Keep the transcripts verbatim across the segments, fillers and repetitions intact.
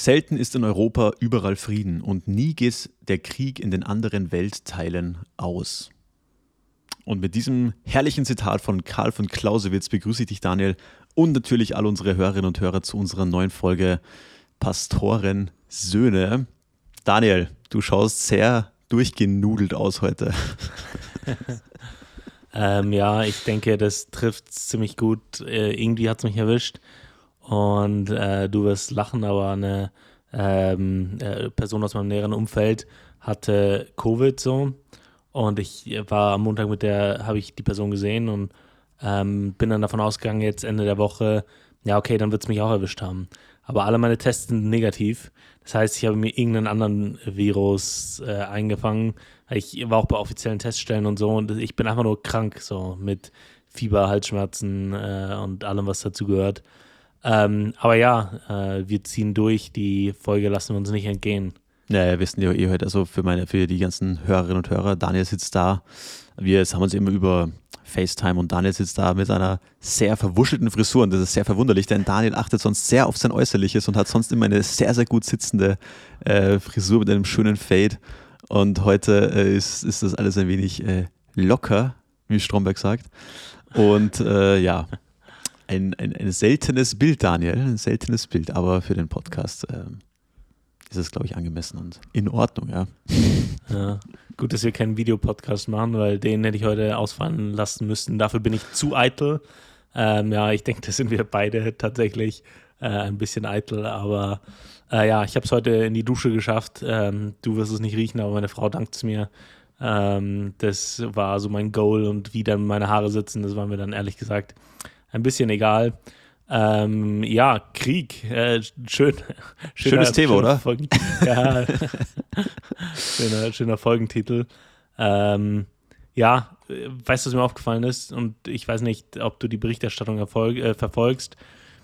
Selten ist in Europa überall Frieden und nie geht der Krieg in den anderen Weltteilen aus. Und mit diesem herrlichen Zitat von Karl von Clausewitz begrüße ich dich, Daniel, und natürlich alle unsere Hörerinnen und Hörer zu unserer neuen Folge Pastoren Söhne. Daniel, du schaust sehr durchgenudelt aus heute. ähm, ja, ich denke, das trifft ziemlich gut. Äh, irgendwie hat es mich erwischt. Und äh, du wirst lachen, aber eine ähm, äh, Person aus meinem näheren Umfeld hatte Covid so. Und ich war am Montag mit der, habe ich die Person gesehen und ähm, bin dann davon ausgegangen, jetzt Ende der Woche, ja okay, dann wird es mich auch erwischt haben. Aber alle meine Tests sind negativ. Das heißt, ich habe mir irgendeinen anderen Virus äh, eingefangen. Ich war auch bei offiziellen Teststellen und so und ich bin einfach nur krank, so mit Fieber, Halsschmerzen äh, und allem, was dazu gehört. Ähm, aber ja, äh, wir ziehen durch, die Folge lassen wir uns nicht entgehen. Ja, ja, wissen ja eh heute, also für meine, für die ganzen Hörerinnen und Hörer, Daniel sitzt da, wir haben uns immer über FaceTime und Daniel sitzt da mit einer sehr verwuschelten Frisur und das ist sehr verwunderlich, denn Daniel achtet sonst sehr auf sein Äußerliches und hat sonst immer eine sehr, sehr gut sitzende äh, Frisur mit einem schönen Fade und heute äh, ist, ist das alles ein wenig äh, locker, wie Stromberg sagt und äh, ja, Ein, ein, ein seltenes Bild, Daniel, ein seltenes Bild, aber für den Podcast ähm, ist es, glaube ich, angemessen und in Ordnung, ja. Ja. Gut, dass wir keinen Videopodcast machen, weil den hätte ich heute ausfallen lassen müssen. Dafür bin ich zu eitel. Ähm, ja, ich denke, das sind wir beide tatsächlich äh, ein bisschen eitel, aber äh, ja, ich habe es heute in die Dusche geschafft. Ähm, du wirst es nicht riechen, aber meine Frau dankt es mir. Ähm, das war so mein Goal und wie dann meine Haare sitzen, das war mir dann ehrlich gesagt ein bisschen egal. Ähm, ja, Krieg. Äh, schön. Schöner, Schönes Thema, oder? Folgen, ja. schöner, schöner Folgentitel. Ähm, ja, weißt du, was mir aufgefallen ist? Und ich weiß nicht, ob du die Berichterstattung erfolg, äh, verfolgst,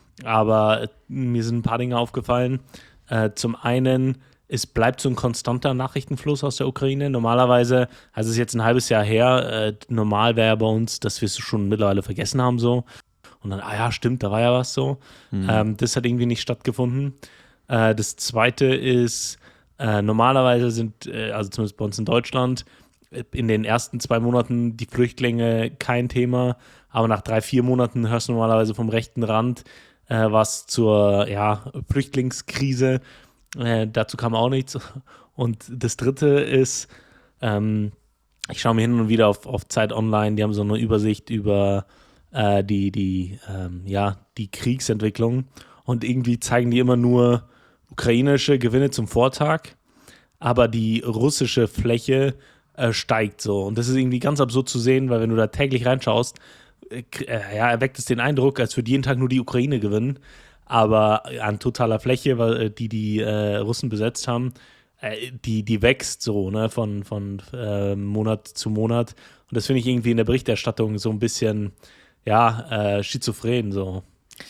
aber mir sind ein paar Dinge aufgefallen. Äh, zum einen, es bleibt so ein konstanter Nachrichtenfluss aus der Ukraine. Normalerweise, also es ist jetzt ein halbes Jahr her, äh, normal wäre ja bei uns, dass wir es schon mittlerweile vergessen haben so. Und dann, ah ja, stimmt, da war ja was so. Mhm. Ähm, das hat irgendwie nicht stattgefunden. Äh, das Zweite ist, äh, normalerweise sind, äh, also zumindest bei uns in Deutschland, in den ersten zwei Monaten die Flüchtlinge kein Thema, aber nach drei, vier Monaten hörst du normalerweise vom rechten Rand äh, was zur ja, Flüchtlingskrise. Äh, dazu kam auch nichts. Und das Dritte ist, ähm, ich schaue mir hin und wieder auf, auf Zeit Online, die haben so eine Übersicht über äh, die, die, ähm, ja, die Kriegsentwicklung und irgendwie zeigen die immer nur ukrainische Gewinne zum Vortag, aber die russische Fläche äh, steigt so. Und das ist irgendwie ganz absurd zu sehen, weil wenn du da täglich reinschaust, äh, ja, erweckt es den Eindruck, als würde jeden Tag nur die Ukraine gewinnen. Aber an totaler Fläche, weil die die äh, Russen besetzt haben, äh, die, die wächst so, ne, von, von äh, Monat zu Monat. Und das finde ich irgendwie in der Berichterstattung so ein bisschen, ja, äh, schizophren so.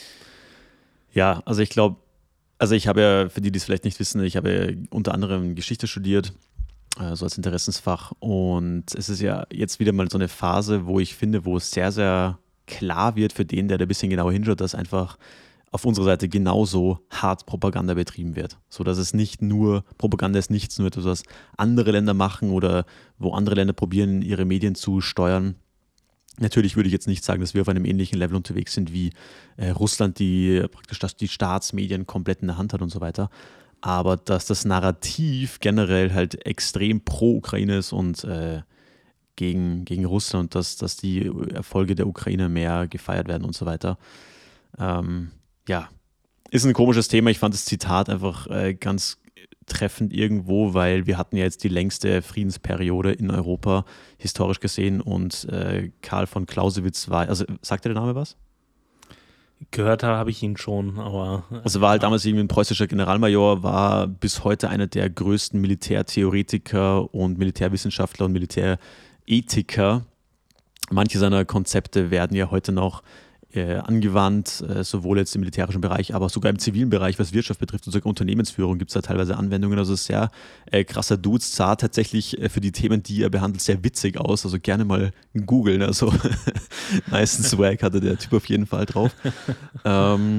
Ja, also ich glaube, also ich habe ja, für die, die es vielleicht nicht wissen, ich habe ja unter anderem Geschichte studiert, äh, so als Interessensfach. Und es ist ja jetzt wieder mal so eine Phase, wo ich finde, wo es sehr, sehr klar wird für den, der da ein bisschen genauer hinschaut, dass einfach auf unserer Seite genauso hart Propaganda betrieben wird. So dass es nicht nur, Propaganda ist nichts nur etwas, was andere Länder machen oder wo andere Länder probieren, ihre Medien zu steuern. Natürlich würde ich jetzt nicht sagen, dass wir auf einem ähnlichen Level unterwegs sind wie äh, Russland, die praktisch die Staatsmedien komplett in der Hand hat und so weiter. Aber dass das Narrativ generell halt extrem pro Ukraine ist und äh, gegen, gegen Russland und dass, dass die Erfolge der Ukraine mehr gefeiert werden und so weiter. Ähm, ja, ist ein komisches Thema. Ich fand das Zitat einfach äh, ganz treffend irgendwo, weil wir hatten ja jetzt die längste Friedensperiode in Europa historisch gesehen und äh, Karl von Clausewitz war, also sagt der Name was? Gehört habe habe ich ihn schon, aber... Äh, also war halt damals irgendwie ein preußischer Generalmajor, war bis heute einer der größten Militärtheoretiker und Militärwissenschaftler und Militärethiker. Manche seiner Konzepte werden ja heute noch Äh, angewandt, äh, sowohl jetzt im militärischen Bereich, aber sogar im zivilen Bereich, was Wirtschaft betrifft und sogar Unternehmensführung gibt es da teilweise Anwendungen. Also sehr äh, krasser Dude, sah tatsächlich äh, für die Themen, die er behandelt, sehr witzig aus. Also gerne mal googeln. Also meistens Swag hatte der Typ auf jeden Fall drauf. ähm,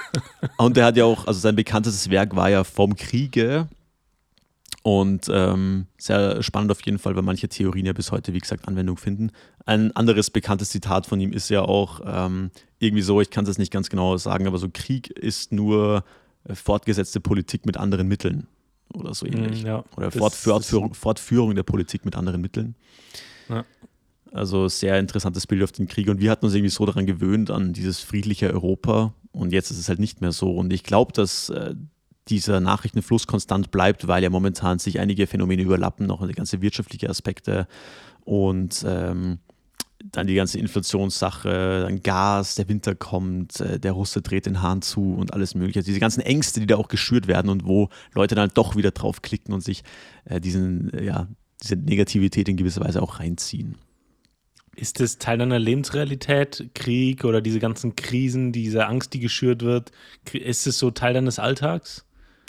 Und der hat ja auch, also sein bekanntestes Werk war ja Vom Kriege. Und ähm, sehr spannend auf jeden Fall, weil manche Theorien ja bis heute, wie gesagt, Anwendung finden. Ein anderes bekanntes Zitat von ihm ist ja auch ähm, irgendwie so, ich kann es jetzt nicht ganz genau sagen, aber so Krieg ist nur äh, fortgesetzte Politik mit anderen Mitteln oder so ähnlich. Mm, ja, oder das, Fort, Fortführung, das, Fortführung der Politik mit anderen Mitteln. Ja. Also sehr interessantes Bild auf den Krieg. Und wir hatten uns irgendwie so daran gewöhnt, an dieses friedliche Europa. Und jetzt ist es halt nicht mehr so. Und ich glaube, dass äh, dieser Nachrichtenfluss konstant bleibt, weil ja momentan sich einige Phänomene überlappen, noch die ganze wirtschaftliche Aspekte und ähm, dann die ganze Inflationssache, dann Gas, der Winter kommt, äh, der Russe dreht den Hahn zu und alles mögliche. Also diese ganzen Ängste, die da auch geschürt werden und wo Leute dann doch wieder draufklicken und sich äh, diesen, äh, ja, diese Negativität in gewisser Weise auch reinziehen. Ist das Teil deiner Lebensrealität, Krieg oder diese ganzen Krisen, diese Angst, die geschürt wird? Ist es so Teil deines Alltags?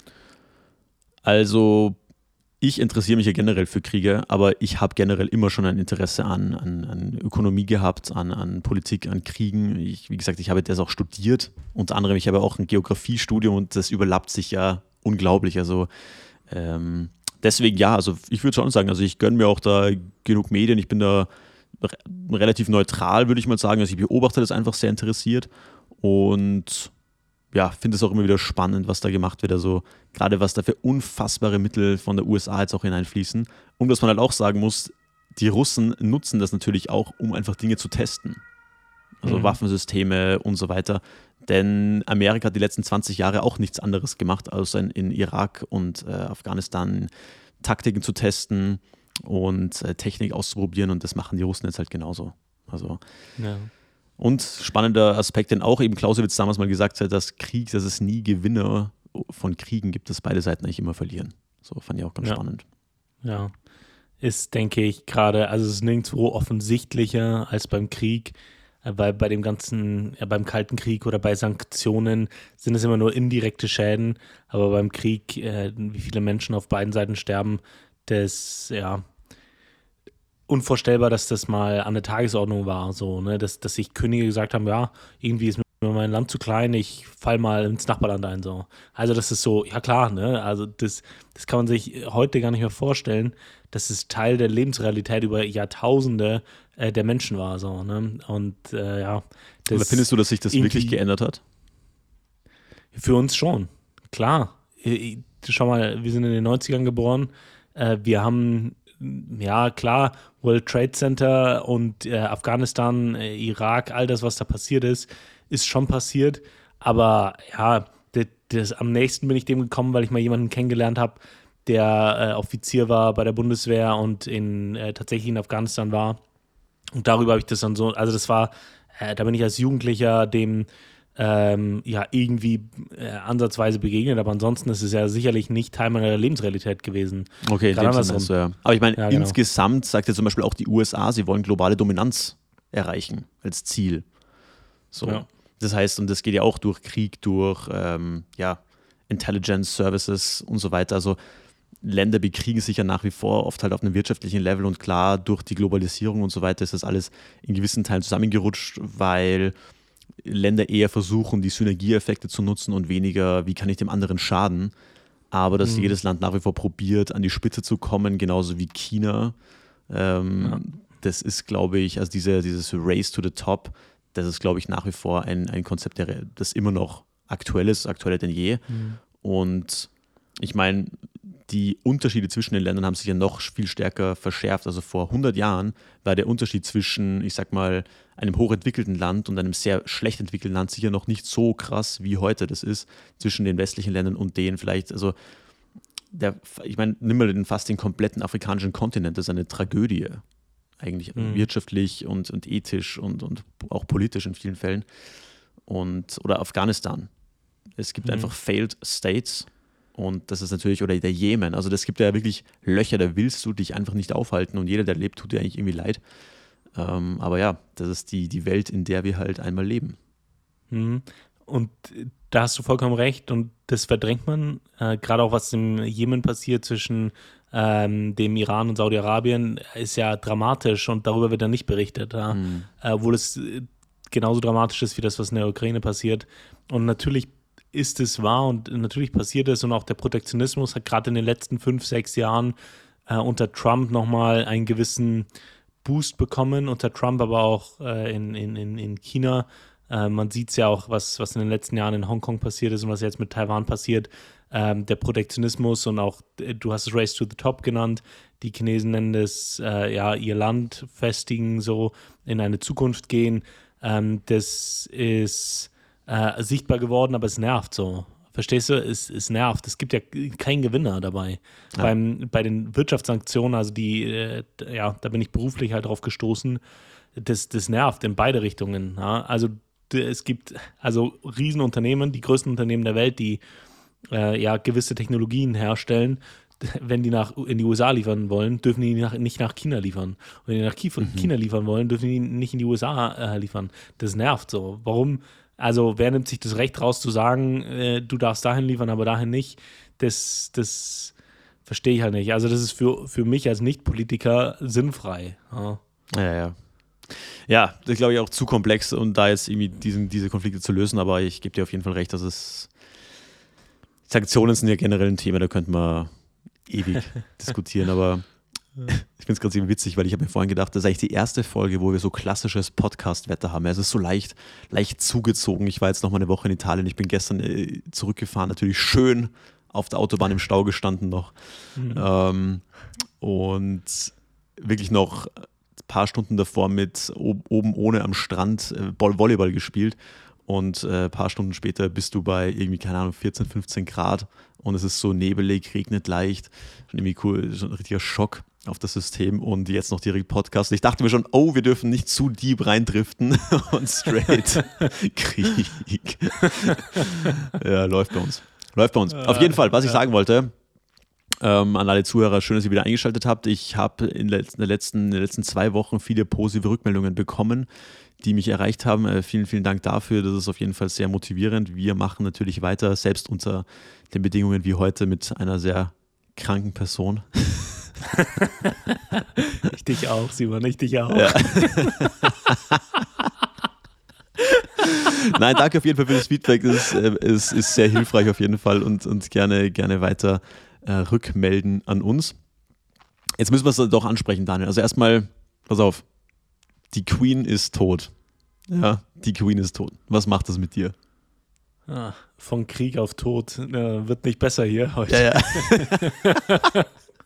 Also ich interessiere mich ja generell für Kriege, aber ich habe generell immer schon ein Interesse an, an, an Ökonomie gehabt, an, an Politik, an Kriegen. Ich, wie gesagt, ich habe das auch studiert, unter anderem, ich habe auch ein Geografiestudium und das überlappt sich ja unglaublich. Also ähm, deswegen ja, also ich würde schon sagen, also ich gönne mir auch da genug Medien, ich bin da re- relativ neutral, würde ich mal sagen. Also ich beobachte das einfach sehr interessiert und ja, finde es auch immer wieder spannend, was da gemacht wird. Also gerade was da für unfassbare Mittel von der U S A jetzt auch hineinfließen. Und was man halt auch sagen muss, die Russen nutzen das natürlich auch, um einfach Dinge zu testen. Also Mhm. Waffensysteme und so weiter. Denn Amerika hat die letzten zwanzig Jahre auch nichts anderes gemacht, als in, in Irak und äh, Afghanistan Taktiken zu testen und äh, Technik auszuprobieren. Und das machen die Russen jetzt halt genauso. Also Ja. und spannender Aspekt, denn auch eben Clausewitz damals mal gesagt hat, dass Krieg, dass es nie Gewinner von Kriegen gibt, dass beide Seiten eigentlich immer verlieren. So fand ich auch ganz Ja. spannend. Ja, ist, denke ich, gerade, also es ist nirgendwo offensichtlicher als beim Krieg, äh, weil bei dem ganzen, ja, beim Kalten Krieg oder bei Sanktionen sind es immer nur indirekte Schäden, aber beim Krieg, äh, wie viele Menschen auf beiden Seiten sterben, das, ja, unvorstellbar, dass das mal an der Tagesordnung war, so, ne, dass, dass sich Könige gesagt haben, ja, irgendwie ist mir mein Land zu klein, ich fall mal ins Nachbarland ein, so. Also das ist so, ja klar, ne, also das, das kann man sich heute gar nicht mehr vorstellen, dass es Teil der Lebensrealität über Jahrtausende äh, der Menschen war, so, ne, und äh, ja. Das Aber findest du, dass sich das wirklich irgendwie- geändert hat? Für uns schon, klar. Äh, Schau mal, wir sind in den neunzigern geboren, äh, wir haben, ja klar, World Trade Center und äh, Afghanistan, äh, Irak, all das, was da passiert ist, ist schon passiert. Aber ja, das, das, am nächsten bin ich dem gekommen, weil ich mal jemanden kennengelernt habe, der äh, Offizier war bei der Bundeswehr und in, äh, tatsächlich in Afghanistan war. Und darüber habe ich das dann so, also das war, äh, da bin ich als Jugendlicher dem ähm, ja irgendwie äh, ansatzweise begegnet, aber ansonsten ist es ja sicherlich nicht Teil meiner Lebensrealität gewesen. Okay, in Gerade dem Sinne andersrum. hast du ja. Aber ich meine, Ja, genau. insgesamt sagt ja zum Beispiel auch die U S A, sie wollen globale Dominanz erreichen als Ziel. So. Ja. Das heißt, und das geht ja auch durch Krieg, durch ähm, ja, Intelligence Services und so weiter. Also Länder bekriegen sich ja nach wie vor oft halt auf einem wirtschaftlichen Level und klar, durch die Globalisierung und so weiter ist das alles in gewissen Teilen zusammengerutscht, weil Länder eher versuchen, die Synergieeffekte zu nutzen und weniger, wie kann ich dem anderen schaden. Aber dass Mhm. jedes Land nach wie vor probiert, an die Spitze zu kommen, genauso wie China. Ähm, Ja. Das ist, glaube ich, also diese, dieses Race to the Top, das ist, glaube ich, nach wie vor ein, ein Konzept, der, das immer noch aktuell ist, aktueller denn je. Mhm. Und ich meine, die Unterschiede zwischen den Ländern haben sich ja noch viel stärker verschärft. Also vor hundert Jahren war der Unterschied zwischen, ich sag mal, einem hochentwickelten Land und einem sehr schlecht entwickelten Land sicher noch nicht so krass, wie heute das ist, zwischen den westlichen Ländern und denen vielleicht, also der, ich meine, nimm mal den, fast den kompletten afrikanischen Kontinent, das ist eine Tragödie eigentlich, Mhm. wirtschaftlich und, und ethisch und, und auch politisch in vielen Fällen. Und, oder Afghanistan. Es gibt Mhm. einfach failed States und das ist natürlich, oder der Jemen, also das gibt ja wirklich Löcher, da willst du dich einfach nicht aufhalten und jeder, der lebt, tut dir eigentlich irgendwie leid. Ähm, aber ja, das ist die, die Welt, in der wir halt einmal leben. Mhm. Und äh, da hast du vollkommen recht und das verdrängt man, äh, gerade auch was im Jemen passiert zwischen ähm, dem Iran und Saudi-Arabien, ist ja dramatisch und darüber wird dann nicht berichtet, ja? Mhm. äh, obwohl es äh, genauso dramatisch ist wie das, was in der Ukraine passiert. Und natürlich ist es wahr und natürlich passiert es und auch der Protektionismus hat gerade in den letzten fünf, sechs Jahren äh, unter Trump nochmal einen gewissen Boost bekommen, unter Trump aber auch äh, in, in, in China. Äh, man sieht es ja auch, was, was in den letzten Jahren in Hongkong passiert ist und was jetzt mit Taiwan passiert. Ähm, der Protektionismus und auch, du hast es Race to the Top genannt, die Chinesen nennen das, äh, ja, ihr Land festigen, so in eine Zukunft gehen. Ähm, das ist äh, sichtbar geworden, aber es nervt so. Verstehst du? Es, es nervt. Es gibt ja keinen Gewinner dabei. Ja. Beim, bei den Wirtschaftssanktionen, also die, äh, ja, da bin ich beruflich halt drauf gestoßen, das, das nervt in beide Richtungen. Ja? Also es gibt also Riesenunternehmen, die größten Unternehmen der Welt, die äh, ja gewisse Technologien herstellen. Wenn die nach, in die U S A liefern wollen, dürfen die nach, nicht nach China liefern. Und wenn die nach China, mhm. China liefern wollen, dürfen die nicht in die U S A äh, liefern. Das nervt so. Warum? Also wer nimmt sich das Recht raus zu sagen, äh, du darfst dahin liefern, aber dahin nicht? Das, das verstehe ich halt nicht. Also das ist für, für mich als Nicht-Politiker sinnfrei. Ja, ja. Ja, ja, das ist, glaube ich, auch zu komplex, um da jetzt irgendwie diesen, diese Konflikte zu lösen. Aber ich gebe dir auf jeden Fall recht, dass es Sanktionen sind ja generell ein Thema, da könnte man ewig diskutieren, aber ich finde es gerade ziemlich witzig, weil ich habe mir vorhin gedacht, das ist eigentlich die erste Folge, wo wir so klassisches Podcast-Wetter haben. Es ist so leicht, leicht zugezogen. Ich war jetzt noch mal eine Woche in Italien. Ich bin gestern äh, zurückgefahren, natürlich schön auf der Autobahn im Stau gestanden noch. Mhm. Ähm, und wirklich noch ein paar Stunden davor mit ob, oben ohne am Strand äh, Volleyball gespielt. Und ein äh, paar Stunden später bist du bei irgendwie, keine Ahnung, vierzehn, fünfzehn Grad und es ist so nebelig, regnet leicht. Schon irgendwie cool, schon ein richtiger Schock auf das System und jetzt noch direkt Podcast. Ich dachte mir schon, oh, wir dürfen nicht zu deep reindriften und straight Krieg. Ja, läuft bei uns. Läuft bei uns. Auf jeden Fall, was ich sagen wollte, ähm, an alle Zuhörer, schön, dass ihr wieder eingeschaltet habt. Ich habe in, in, in den letzten zwei Wochen viele positive Rückmeldungen bekommen, die mich erreicht haben. Äh, vielen, vielen Dank dafür. Das ist auf jeden Fall sehr motivierend. Wir machen natürlich weiter, selbst unter den Bedingungen wie heute mit einer sehr kranken Person. Ich dich auch, Simon, ich dich auch. Ja. Nein, danke auf jeden Fall für das Feedback. Es ist, ist, ist sehr hilfreich auf jeden Fall und, und gerne, gerne weiter äh, rückmelden an uns. Jetzt müssen wir es doch ansprechen, Daniel. Also erstmal, pass auf, die Queen ist tot. Ja, die Queen ist tot. Was macht das mit dir? Ah, von Krieg auf Tod äh, wird nicht besser hier heute. Ja, ja.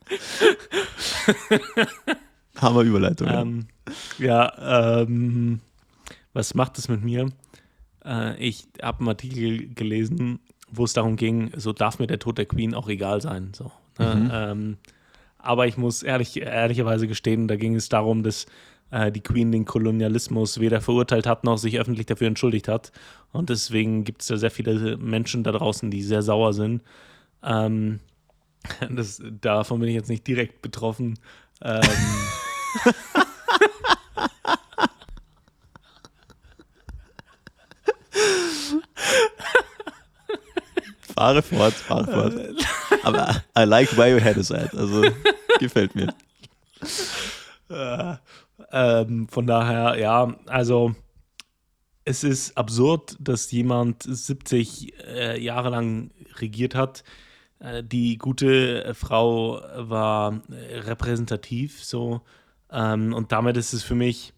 Hammer Überleitung. Ähm, ja, ähm, was macht das mit mir? Äh, ich habe einen Artikel gelesen, wo es darum ging, so darf mir der Tod der Queen auch egal sein. So, ne? mhm. ähm, aber ich muss ehrlich, ehrlicherweise gestehen, da ging es darum, dass äh, die Queen den Kolonialismus weder verurteilt hat, noch sich öffentlich dafür entschuldigt hat. Und deswegen gibt es da sehr viele Menschen da draußen, die sehr sauer sind. Ähm, Das, davon bin ich jetzt nicht direkt betroffen. Ähm. Fahre fort, fahre fort. Aber I like where your head is at. Also, gefällt mir. Äh, ähm, von daher, ja, also es ist absurd, dass jemand siebzig äh, Jahre lang regiert hat. Die gute Frau war repräsentativ so ähm, und damit ist es für mich,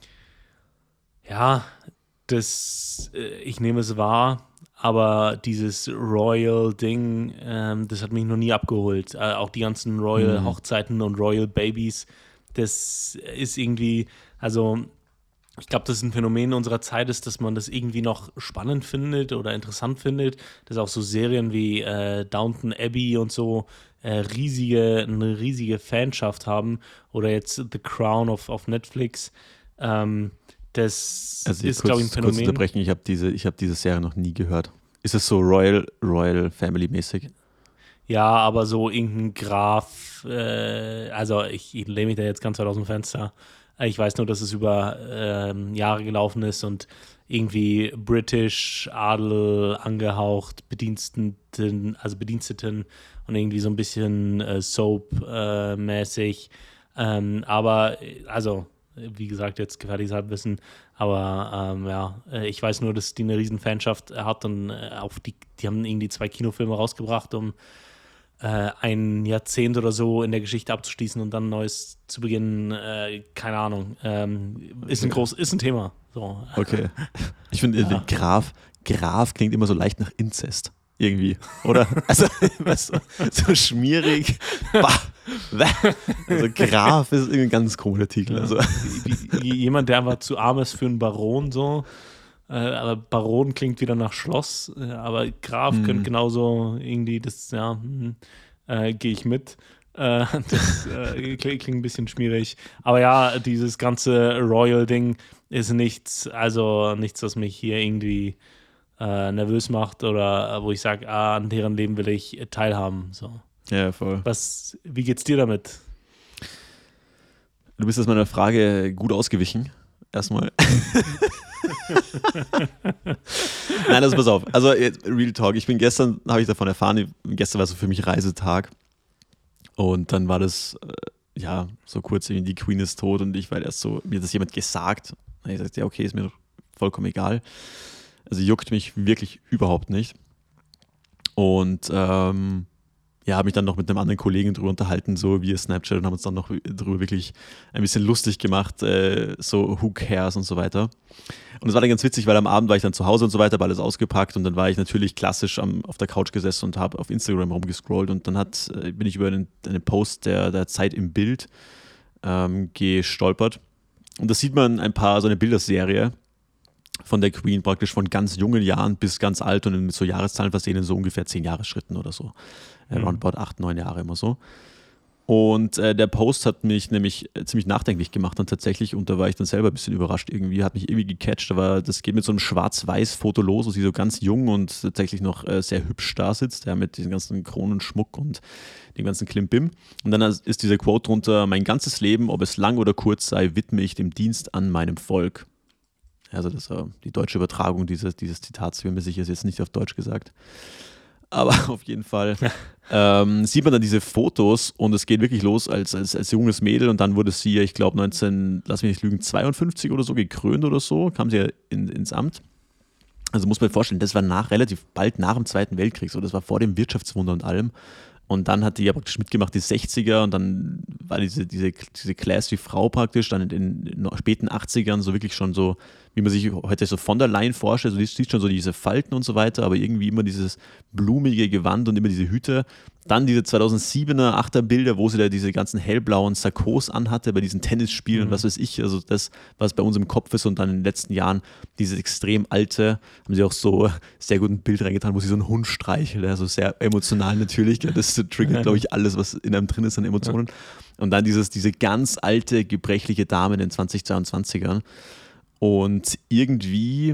ja, das, ich nehme es wahr, aber dieses Royal-Ding, ähm, das hat mich noch nie abgeholt. Äh, auch die ganzen Royal-Hochzeiten und Royal-Babys, das ist irgendwie, also ich glaube, das ist ein Phänomen unserer Zeit ist, dass man das irgendwie noch spannend findet oder interessant findet, dass auch so Serien wie äh, Downton Abbey und so äh, riesige, eine riesige Fanschaft haben oder jetzt The Crown auf, auf Netflix. Ähm, das also ist, glaube ich, ein Phänomen. Kurz unterbrechen, ich habe diese, ich hab diese Serie noch nie gehört. Ist es so Royal, Royal Family-mäßig? Ja, aber so irgendein Graf, äh, also ich, ich lehne mich da jetzt ganz weit aus dem Fenster. Ich weiß nur, dass es über ähm, Jahre gelaufen ist und irgendwie British, Adel angehaucht, Bediensteten, also Bediensteten und irgendwie so ein bisschen äh, Soap-mäßig. Äh, ähm, aber also wie gesagt, jetzt gefährliches Halbwissen, aber ähm, ja, ich weiß nur, dass die eine riesen Fanschaft hat und äh, auf die, die haben irgendwie zwei Kinofilme rausgebracht, um äh, ein Jahrzehnt oder so in der Geschichte abzuschließen und dann Neues zu beginnen, äh, keine Ahnung, ähm, ist ein groß, ist ein Thema. So. Okay. Ich finde, Ja. Graf, Graf klingt immer so leicht nach Inzest. Irgendwie, oder? Also, weißt du, so schmierig. Bah, bäh. Also, Graf ist irgendwie ein ganz komischer Titel. Also. Wie, wie jemand, der einfach zu arm ist für einen Baron, so. Äh, aber Baron klingt wieder nach Schloss, äh, aber Graf Hm. könnte genauso irgendwie, das, ja, hm, äh, gehe ich mit. Äh, das äh, klingt, klingt ein bisschen schmierig. Aber ja, dieses ganze Royal-Ding ist nichts, also nichts, was mich hier irgendwie äh, nervös macht oder äh, wo ich sage, ah, an deren Leben will ich äh, teilhaben. So. Ja, voll. Was, wie geht's dir damit? Du bist jetzt meiner Frage gut ausgewichen. Erstmal. Nein, also pass auf. Also jetzt, Real Talk. Ich bin gestern, habe ich davon erfahren, gestern war so für mich Reisetag. Und dann war das, äh, ja, so kurz, die Queen ist tot und ich war erst so, mir hat das jemand gesagt. Und ich sagte, ja, okay, ist mir doch vollkommen egal. Also juckt mich wirklich überhaupt nicht. Und ähm, ja, habe mich dann noch mit einem anderen Kollegen drüber unterhalten, so via Snapchat und haben uns dann noch drüber wirklich ein bisschen lustig gemacht, äh, so who cares und so weiter. Und es war dann ganz witzig, weil am Abend war ich dann zu Hause und so weiter, habe alles ausgepackt und dann war ich natürlich klassisch am, auf der Couch gesessen und habe auf Instagram rumgescrollt und dann hat, äh, bin ich über einen, einen Post der, der Zeit im Bild ähm, gestolpert. Und da sieht man ein paar, so eine Bilderserie von der Queen, praktisch von ganz jungen Jahren bis ganz alt und mit so Jahreszahlen versehen in so ungefähr zehn Jahresschritten oder so. Mhm. Roundabout acht, neun Jahre immer so. Und äh, der Post hat mich nämlich äh, ziemlich nachdenklich gemacht und tatsächlich, und da war ich dann selber ein bisschen überrascht irgendwie, hat mich irgendwie gecatcht, aber das geht mit so einem Schwarz-Weiß-Foto los, wo sie so ganz jung und tatsächlich noch äh, sehr hübsch da sitzt, ja, mit diesem ganzen Kronenschmuck und dem ganzen Klimbim. Und dann ist dieser Quote drunter: Mein ganzes Leben, ob es lang oder kurz sei, widme ich dem Dienst an meinem Volk. Also das war die deutsche Übertragung dieses, dieses Zitats, bin mir sicher, ist jetzt nicht auf Deutsch gesagt. Aber auf jeden Fall ähm, sieht man dann diese Fotos und es geht wirklich los als, als, als junges Mädel und dann wurde sie, ich glaube neunzehn, lass mich nicht lügen, zweiundfünfzig oder so gekrönt oder so, kam sie ja in, ins Amt. Also muss man sich vorstellen, das war nach, relativ bald nach dem Zweiten Weltkrieg, so, das war vor dem Wirtschaftswunder und allem. Und dann hat die ja praktisch mitgemacht, die sechziger, und dann war diese, diese, diese classy Frau praktisch dann in den späten achtzigern so wirklich schon so, wie man sich heute so von der Leyen vorstellt, also du siehst schon so diese Falten und so weiter, aber irgendwie immer dieses blumige Gewand und immer diese Hüte. Dann diese zweitausendsiebener, achter Bilder, wo sie da diese ganzen hellblauen Sakkos anhatte bei diesen Tennisspielen mhm. und was weiß ich, also das, was bei uns im Kopf ist, und dann in den letzten Jahren dieses extrem alte, haben sie auch so sehr gut ein Bild reingetan, wo sie so einen Hund streichelt, also sehr emotional natürlich, das triggert, glaube ich, alles, was in einem drin ist an Emotionen. Und dann dieses, diese ganz alte, gebrechliche Dame in den zwanzig-zweiundzwanzigern. Und irgendwie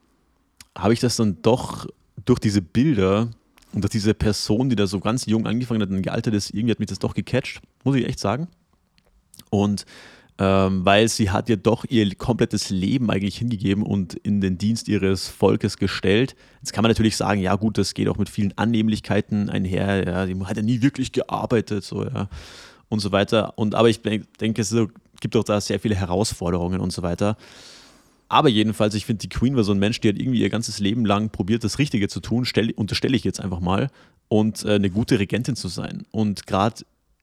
habe ich das dann doch durch diese Bilder und durch diese Person, die da so ganz jung angefangen hat und gealtert ist, irgendwie hat mich das doch gecatcht, muss ich echt sagen. Und ähm, weil sie hat ja doch ihr komplettes Leben eigentlich hingegeben und in den Dienst ihres Volkes gestellt. Jetzt kann man natürlich sagen, ja gut, das geht auch mit vielen Annehmlichkeiten einher, ja, die hat ja nie wirklich gearbeitet, so, ja, und so weiter. Und, aber ich denke, es gibt auch da sehr viele Herausforderungen und so weiter. Aber jedenfalls, ich finde, die Queen war so ein Mensch, die hat irgendwie ihr ganzes Leben lang probiert, das Richtige zu tun, stell, unterstelle ich jetzt einfach mal, und äh, eine gute Regentin zu sein. Und gerade,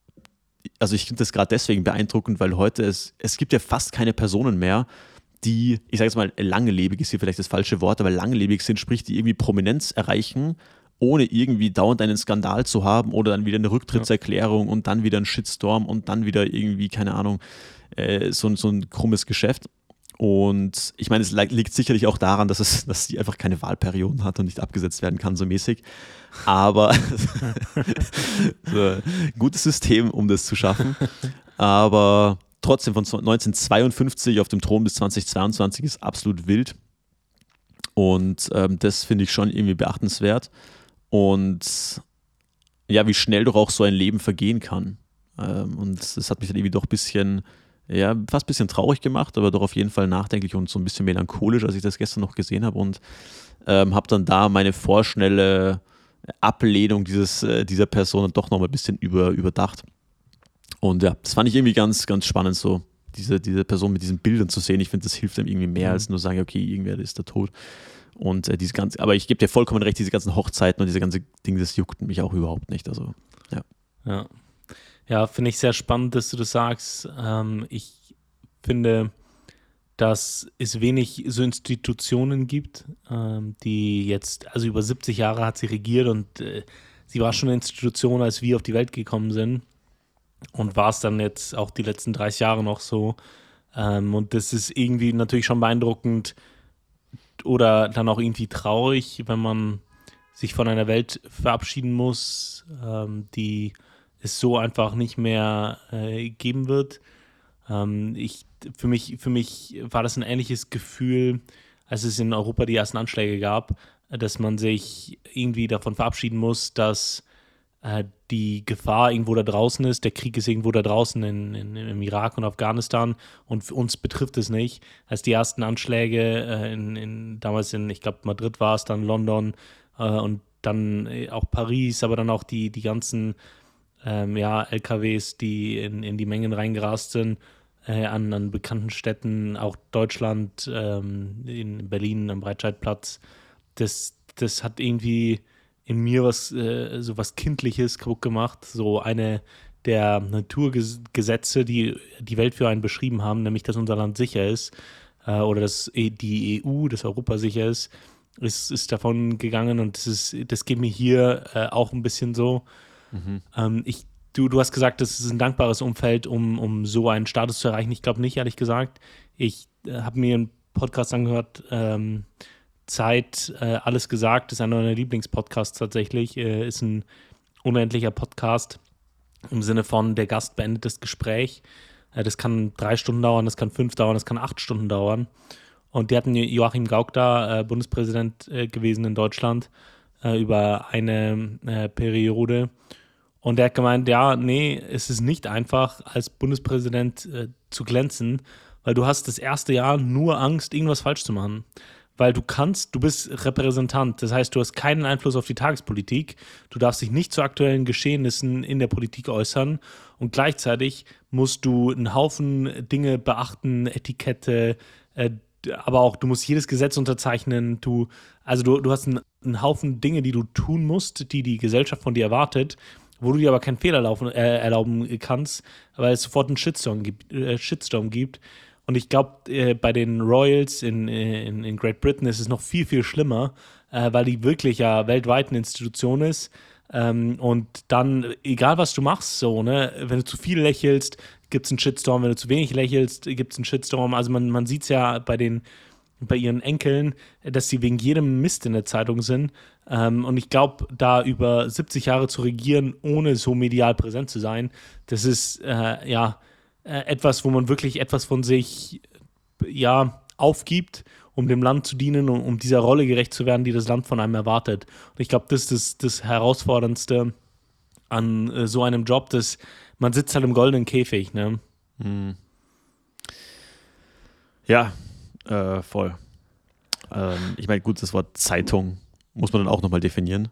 also ich finde das gerade deswegen beeindruckend, weil heute es, es gibt ja fast keine Personen mehr, die, ich sage jetzt mal, langlebig ist hier vielleicht das falsche Wort, aber langlebig sind, sprich, die irgendwie Prominenz erreichen, ohne irgendwie dauernd einen Skandal zu haben oder dann wieder eine Rücktrittserklärung ja. und dann wieder ein Shitstorm und dann wieder irgendwie, keine Ahnung, äh, so, so ein krummes Geschäft. Und ich meine, es liegt sicherlich auch daran, dass, es, dass sie einfach keine Wahlperioden hat und nicht abgesetzt werden kann, so mäßig. Aber so ein gutes System, um das zu schaffen. Aber trotzdem, von neunzehnhundertzweiundfünfzig auf dem Thron bis zweitausendzweiundzwanzig ist absolut wild. Und ähm, das finde ich schon irgendwie beachtenswert. Und ja, wie schnell doch auch so ein Leben vergehen kann. Ähm, und das hat mich dann irgendwie doch ein bisschen... ja, fast ein bisschen traurig gemacht, aber doch auf jeden Fall nachdenklich und so ein bisschen melancholisch, als ich das gestern noch gesehen habe, und ähm, habe dann da meine vorschnelle Ablehnung dieses, äh, dieser Person doch noch mal ein bisschen über, überdacht. Und ja, das fand ich irgendwie ganz, ganz spannend so, diese, diese Person mit diesen Bildern zu sehen. Ich finde, das hilft einem irgendwie mehr, mhm. als nur sagen, okay, irgendwer ist da tot. Und äh, diese ganze, aber ich gebe dir vollkommen recht, diese ganzen Hochzeiten und diese ganze Dinge, das juckt mich auch überhaupt nicht. Also, ja. Ja, ja, finde ich sehr spannend, dass du das sagst. Ähm, ich finde, dass es wenig so Institutionen gibt, ähm, die jetzt, also über siebzig Jahre hat sie regiert und äh, sie war schon eine Institution, als wir auf die Welt gekommen sind und war es dann jetzt auch die letzten dreißig Jahre noch so. Ähm, und das ist irgendwie natürlich schon beeindruckend oder dann auch irgendwie traurig, wenn man sich von einer Welt verabschieden muss, ähm, die es so einfach nicht mehr äh, geben wird. Ähm, ich, für mich, für mich war das ein ähnliches Gefühl, als es in Europa die ersten Anschläge gab, dass man sich irgendwie davon verabschieden muss, dass äh, die Gefahr irgendwo da draußen ist, der Krieg ist irgendwo da draußen in, in, im Irak und Afghanistan und für uns betrifft es nicht. Als die ersten Anschläge äh, in, in, damals in, ich glaube Madrid war es, dann London äh, und dann äh, auch Paris, aber dann auch die, die ganzen ähm, ja, L K Ws, die in, in die Mengen reingerast sind, äh, an, an bekannten Städten, auch Deutschland, ähm, in Berlin am Breitscheidplatz. Das, das hat irgendwie in mir was, äh, so was Kindliches kaputt gemacht. So eine der Naturgesetze, die die Welt für einen beschrieben haben, nämlich, dass unser Land sicher ist äh, oder dass die E U, dass Europa sicher ist, ist, ist davon gegangen und das, ist, das geht mir hier äh, auch ein bisschen so. Mhm. Ähm, ich, du, du hast gesagt, das ist ein dankbares Umfeld, um, um so einen Status zu erreichen. Ich glaube nicht, ehrlich gesagt. Ich äh, habe mir einen Podcast angehört, ähm, Zeit, äh, alles gesagt, ist einer meiner Lieblingspodcasts tatsächlich, äh, ist ein unendlicher Podcast im Sinne von, der Gast beendet das Gespräch. Äh, das kann drei Stunden dauern, das kann fünf dauern, das kann acht Stunden dauern. Und die hatten Joachim Gauck da, äh, Bundespräsident äh, gewesen in Deutschland, äh, über eine äh, Periode. Und der hat gemeint, ja, nee, es ist nicht einfach, als Bundespräsident äh, zu glänzen, weil du hast das erste Jahr nur Angst, irgendwas falsch zu machen. Weil du kannst, du bist Repräsentant, das heißt, du hast keinen Einfluss auf die Tagespolitik, du darfst dich nicht zu aktuellen Geschehnissen in der Politik äußern und gleichzeitig musst du einen Haufen Dinge beachten, Etikette, äh, aber auch, du musst jedes Gesetz unterzeichnen, du, also du, du hast einen, einen Haufen Dinge, die du tun musst, die die Gesellschaft von dir erwartet, wo du dir aber keinen Fehler laufen, äh, erlauben kannst, weil es sofort einen Shitstorm gibt. Äh, Shitstorm gibt. Und ich glaube, äh, bei den Royals in, in, in Great Britain ist es noch viel, viel schlimmer, äh, weil die wirklich ja weltweit eine Institution ist. Ähm, und dann, egal was du machst, so, ne, wenn du zu viel lächelst, gibt es einen Shitstorm. Wenn du zu wenig lächelst, gibt es einen Shitstorm. Also man, man sieht es ja bei den bei ihren Enkeln, dass sie wegen jedem Mist in der Zeitung sind. Ähm, und ich glaube, da über siebzig Jahre zu regieren, ohne so medial präsent zu sein, das ist äh, ja äh, etwas, wo man wirklich etwas von sich ja aufgibt, um dem Land zu dienen und um dieser Rolle gerecht zu werden, die das Land von einem erwartet. Und ich glaube, das ist das, das Herausforderndste an äh, so einem Job, dass man sitzt halt im goldenen Käfig, ne? Hm. Ja, Äh, voll. Ähm, ich meine, gut, das Wort Zeitung muss man dann auch nochmal definieren.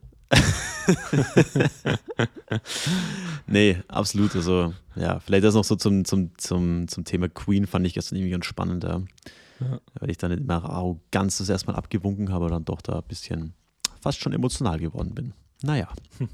Nee, absolut. Also, ja, vielleicht das noch so zum, zum, zum, zum Thema Queen fand ich gestern irgendwie ganz spannend, ja. Ja. Weil ich dann nicht mehr Arroganz das erstmal abgewunken habe, aber dann doch da ein bisschen fast schon emotional geworden bin. Naja. Hm.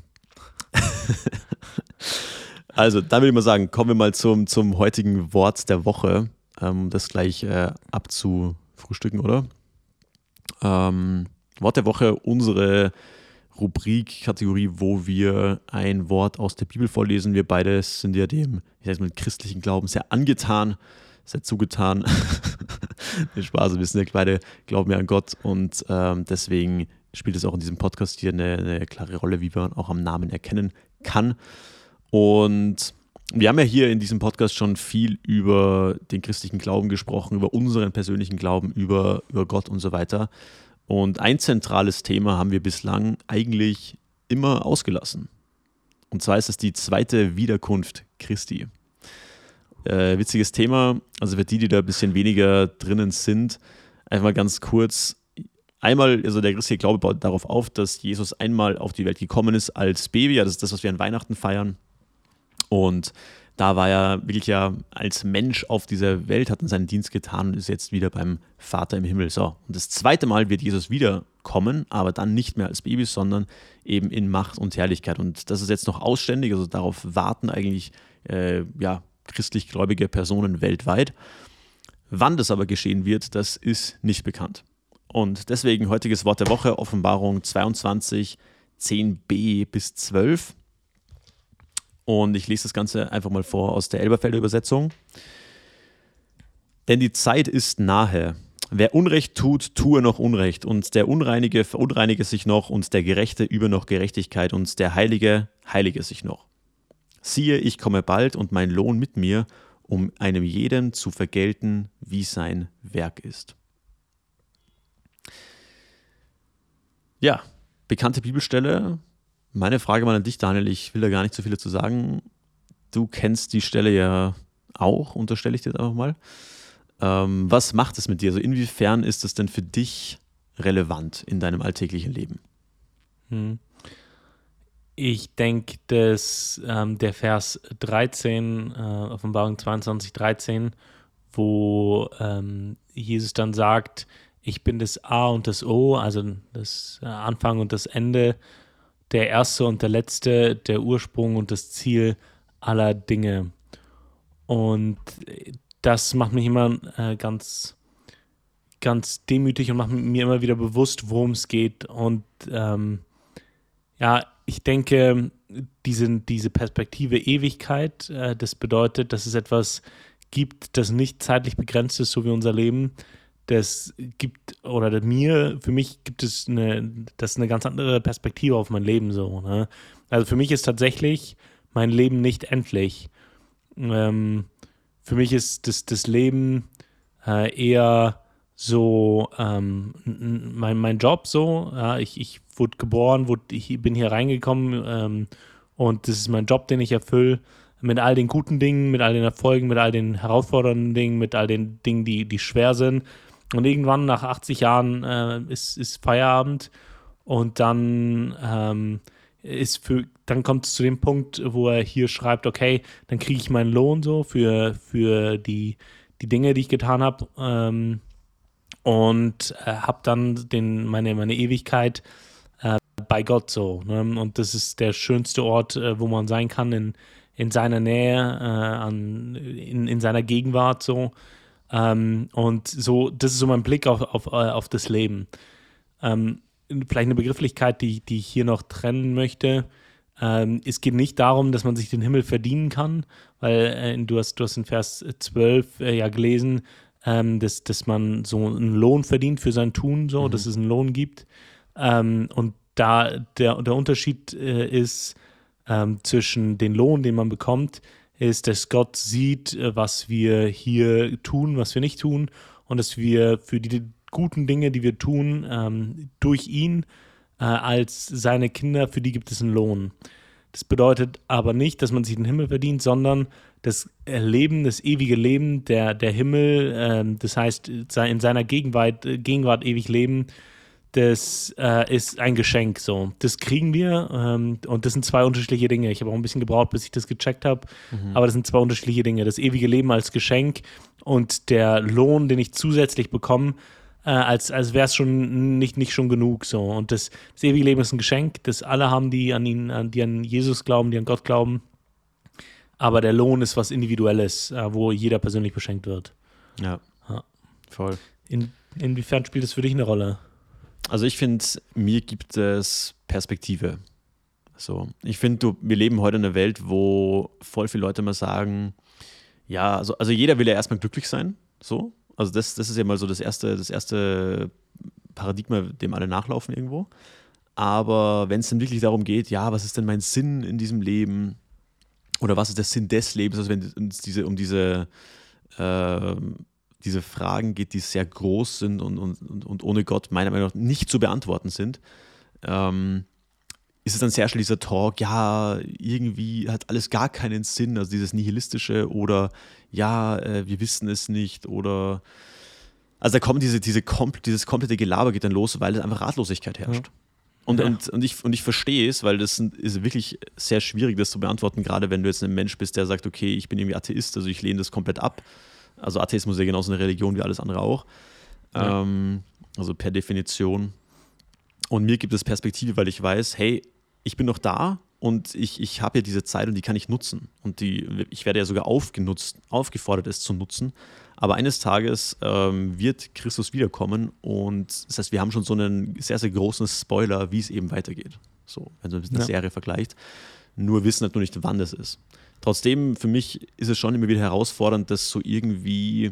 Also, dann würde ich mal sagen, kommen wir mal zum, zum heutigen Wort der Woche. Um das gleich äh, abzufrühstücken, oder? Ähm, Wort der Woche, unsere Rubrik, Kategorie, wo wir ein Wort aus der Bibel vorlesen. Wir beide sind ja dem, ich sag mal, christlichen Glauben sehr angetan, sehr zugetan. Den Spaß, wir wissen ja, beide glauben ja an Gott und ähm, deswegen spielt es auch in diesem Podcast hier eine, eine klare Rolle, wie man auch am Namen erkennen kann. Und wir haben ja hier in diesem Podcast schon viel über den christlichen Glauben gesprochen, über unseren persönlichen Glauben, über, über Gott und so weiter. Und ein zentrales Thema haben wir bislang eigentlich immer ausgelassen. Und zwar ist es die zweite Wiederkunft Christi. Äh, witziges Thema, also für die, die da ein bisschen weniger drinnen sind, einfach mal ganz kurz. Einmal, also der christliche Glaube baut darauf auf, dass Jesus einmal auf die Welt gekommen ist als Baby, ja, das ist das, was wir an Weihnachten feiern. Und da war er wirklich ja als Mensch auf dieser Welt, hat dann seinen Dienst getan und ist jetzt wieder beim Vater im Himmel. So, und das zweite Mal wird Jesus wiederkommen, aber dann nicht mehr als Baby, sondern eben in Macht und Herrlichkeit. Und das ist jetzt noch ausständig, also darauf warten eigentlich äh, ja, christlich-gläubige Personen weltweit. Wann das aber geschehen wird, das ist nicht bekannt. Und deswegen heutiges Wort der Woche, Offenbarung zweiundzwanzig, zehn b bis zwölf. Und ich lese das Ganze einfach mal vor aus der Elberfelder Übersetzung. Denn die Zeit ist nahe. Wer Unrecht tut, tue noch Unrecht. Und der Unreinige verunreinige sich noch. Und der Gerechte übe noch Gerechtigkeit. Und der Heilige heilige sich noch. Siehe, ich komme bald und mein Lohn mit mir, um einem jeden zu vergelten, wie sein Werk ist. Ja, bekannte Bibelstelle. Meine Frage mal an dich, Daniel, ich will da gar nicht so viel dazu sagen. Du kennst die Stelle ja auch, unterstelle ich dir jetzt einfach mal. Ähm, was macht es mit dir? Also inwiefern ist es denn für dich relevant in deinem alltäglichen Leben? Hm. Ich denke, dass ähm, der Vers dreizehn, äh, Offenbarung zweiundzwanzig, dreizehn, wo ähm, Jesus dann sagt, ich bin das A und das O, also das Anfang und das Ende, der Erste und der Letzte, der Ursprung und das Ziel aller Dinge. Und das macht mich immer äh, ganz, ganz demütig und macht mir immer wieder bewusst, worum es geht. Und ähm, ja, ich denke, diese, diese Perspektive Ewigkeit, äh, das bedeutet, dass es etwas gibt, das nicht zeitlich begrenzt ist, so wie unser Leben. Das gibt, oder mir, für mich gibt es eine, das ist eine ganz andere Perspektive auf mein Leben so. Ne? Also für mich ist tatsächlich mein Leben nicht endlich. Ähm, für mich ist das, das Leben äh, eher so ähm, mein, mein Job so. Ja, ich, ich wurde geboren, wurde, ich bin hier reingekommen ähm, und das ist mein Job, den ich erfülle. Mit all den guten Dingen, mit all den Erfolgen, mit all den herausfordernden Dingen, mit all den Dingen, die, die schwer sind. Und irgendwann nach achtzig Jahren äh, ist, ist Feierabend und dann ähm, ist für, dann kommt es zu dem Punkt, wo er hier schreibt, okay, dann kriege ich meinen Lohn so für, für die, die Dinge, die ich getan habe ähm, und äh, habe dann den, meine, meine Ewigkeit äh, bei Gott so. Ne? Und das ist der schönste Ort, äh, wo man sein kann, in, in seiner Nähe, äh, an, in, in seiner Gegenwart so. Ähm, und so, das ist so mein Blick auf, auf, auf das Leben. Ähm, vielleicht eine Begrifflichkeit, die, die ich hier noch trennen möchte. Ähm, es geht nicht darum, dass man sich den Himmel verdienen kann, weil äh, du, hast, du hast in Vers zwölf äh, ja gelesen, ähm, dass, dass man so einen Lohn verdient für sein Tun, so, mhm. dass es einen Lohn gibt. Ähm, und da der, der Unterschied äh, ist ähm, zwischen den Lohn, den man bekommt, ist, dass Gott sieht, was wir hier tun, was wir nicht tun und dass wir für die guten Dinge, die wir tun, ähm, durch ihn äh, als seine Kinder, für die gibt es einen Lohn. Das bedeutet aber nicht, dass man sich den Himmel verdient, sondern das Leben, das ewige Leben, der, der Himmel, äh, das heißt in seiner Gegenwart, Gegenwart ewig leben, das äh, ist ein Geschenk so. Das kriegen wir ähm, und das sind zwei unterschiedliche Dinge. Ich habe auch ein bisschen gebraucht, bis ich das gecheckt habe, mhm. aber das sind zwei unterschiedliche Dinge. Das ewige Leben als Geschenk und der Lohn, den ich zusätzlich bekomme, äh, als, als wäre es schon nicht, nicht schon genug so. Und das, das ewige Leben ist ein Geschenk, das alle haben, die an ihn, an, die an Jesus glauben, die an Gott glauben. Aber der Lohn ist was Individuelles, äh, wo jeder persönlich beschenkt wird. Ja, ja. Voll. In, inwiefern spielt das für dich eine Rolle? Also ich finde, mir gibt es Perspektive. So, ich finde, wir leben heute in einer Welt, wo voll viele Leute mal sagen, ja, also, also jeder will ja erstmal glücklich sein. So. Also das, das ist ja mal so das erste, das erste Paradigma, dem alle nachlaufen irgendwo. Aber wenn es dann wirklich darum geht, ja, was ist denn mein Sinn in diesem Leben? Oder was ist der Sinn des Lebens? Also wenn es diese, um diese äh, diese Fragen geht, die sehr groß sind und, und, und ohne Gott meiner Meinung nach nicht zu beantworten sind, ähm, ist es dann sehr schnell dieser Talk, ja, irgendwie hat alles gar keinen Sinn, also dieses Nihilistische oder ja, äh, wir wissen es nicht oder also da kommt diese, diese kompl- dieses komplette Gelaber geht dann los, weil es einfach Ratlosigkeit herrscht. Ja. Und, Ja. und, und, ich, und ich verstehe es, weil das ist wirklich sehr schwierig, das zu beantworten, gerade wenn du jetzt ein Mensch bist, der sagt, okay, ich bin irgendwie Atheist, also ich lehne das komplett ab. Also Atheismus ist ja genauso eine Religion wie alles andere auch. Ja. Ähm, also per Definition. Und mir gibt es Perspektive, weil ich weiß, hey, ich bin noch da und ich, ich habe ja diese Zeit und die kann ich nutzen. Und die, ich werde ja sogar aufgenutzt, aufgefordert, es zu nutzen. Aber eines Tages ähm, wird Christus wiederkommen und das heißt, wir haben schon so einen sehr, sehr großen Spoiler, wie es eben weitergeht. So, wenn man eine Ja. Serie vergleicht. Nur wissen halt nur nicht, wann das ist. Trotzdem, für mich ist es schon immer wieder herausfordernd, das so irgendwie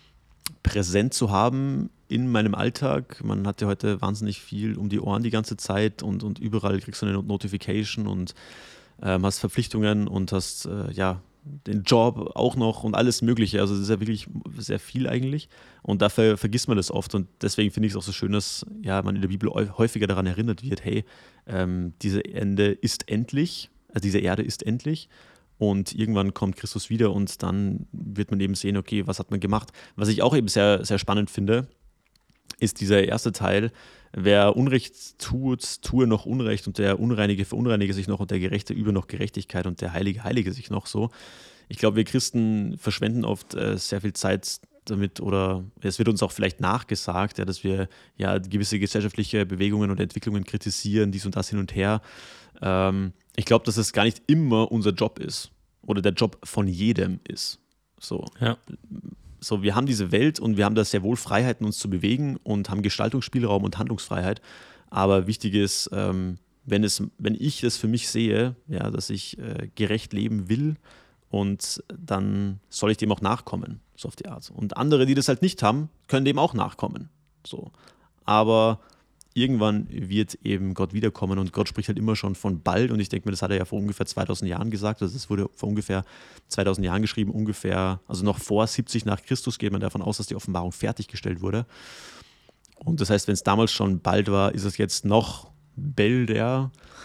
präsent zu haben in meinem Alltag. Man hat ja heute wahnsinnig viel um die Ohren die ganze Zeit und, und überall kriegst du eine Notification und ähm, hast Verpflichtungen und hast äh, ja den Job auch noch und alles Mögliche. Also das ist ja wirklich sehr viel eigentlich und dafür vergisst man das oft und deswegen finde ich es auch so schön, dass ja, man in der Bibel häufiger daran erinnert wird, hey, ähm, diese Ende ist endlich, also diese Erde ist endlich. Und irgendwann kommt Christus wieder und dann wird man eben sehen, okay, was hat man gemacht? Was ich auch eben sehr, sehr spannend finde, ist dieser erste Teil, wer Unrecht tut, tue noch Unrecht und der Unreinige verunreinige sich noch und der Gerechte übe noch Gerechtigkeit und der Heilige heilige sich noch so. Ich glaube, wir Christen verschwenden oft äh, sehr viel Zeit damit oder es wird uns auch vielleicht nachgesagt, ja, dass wir ja gewisse gesellschaftliche Bewegungen und Entwicklungen kritisieren, dies und das hin und her. Ähm, ich glaube, dass es gar nicht immer unser Job ist oder der Job von jedem ist. So. Ja. So, wir haben diese Welt und wir haben da sehr wohl Freiheiten, uns zu bewegen und haben Gestaltungsspielraum und Handlungsfreiheit. Aber wichtig ist, ähm, wenn, es, wenn ich es für mich sehe, ja, dass ich äh, gerecht leben will und dann soll ich dem auch nachkommen, so auf die Art. Und andere, die das halt nicht haben, können dem auch nachkommen. So. Aber irgendwann wird eben Gott wiederkommen und Gott spricht halt immer schon von bald und ich denke mir, das hat er ja vor ungefähr zweitausend Jahren gesagt, also es wurde vor ungefähr zweitausend Jahren geschrieben, ungefähr, also noch vor siebzig nach Christus geht man davon aus, dass die Offenbarung fertiggestellt wurde und das heißt, wenn es damals schon bald war, ist es jetzt noch bälder,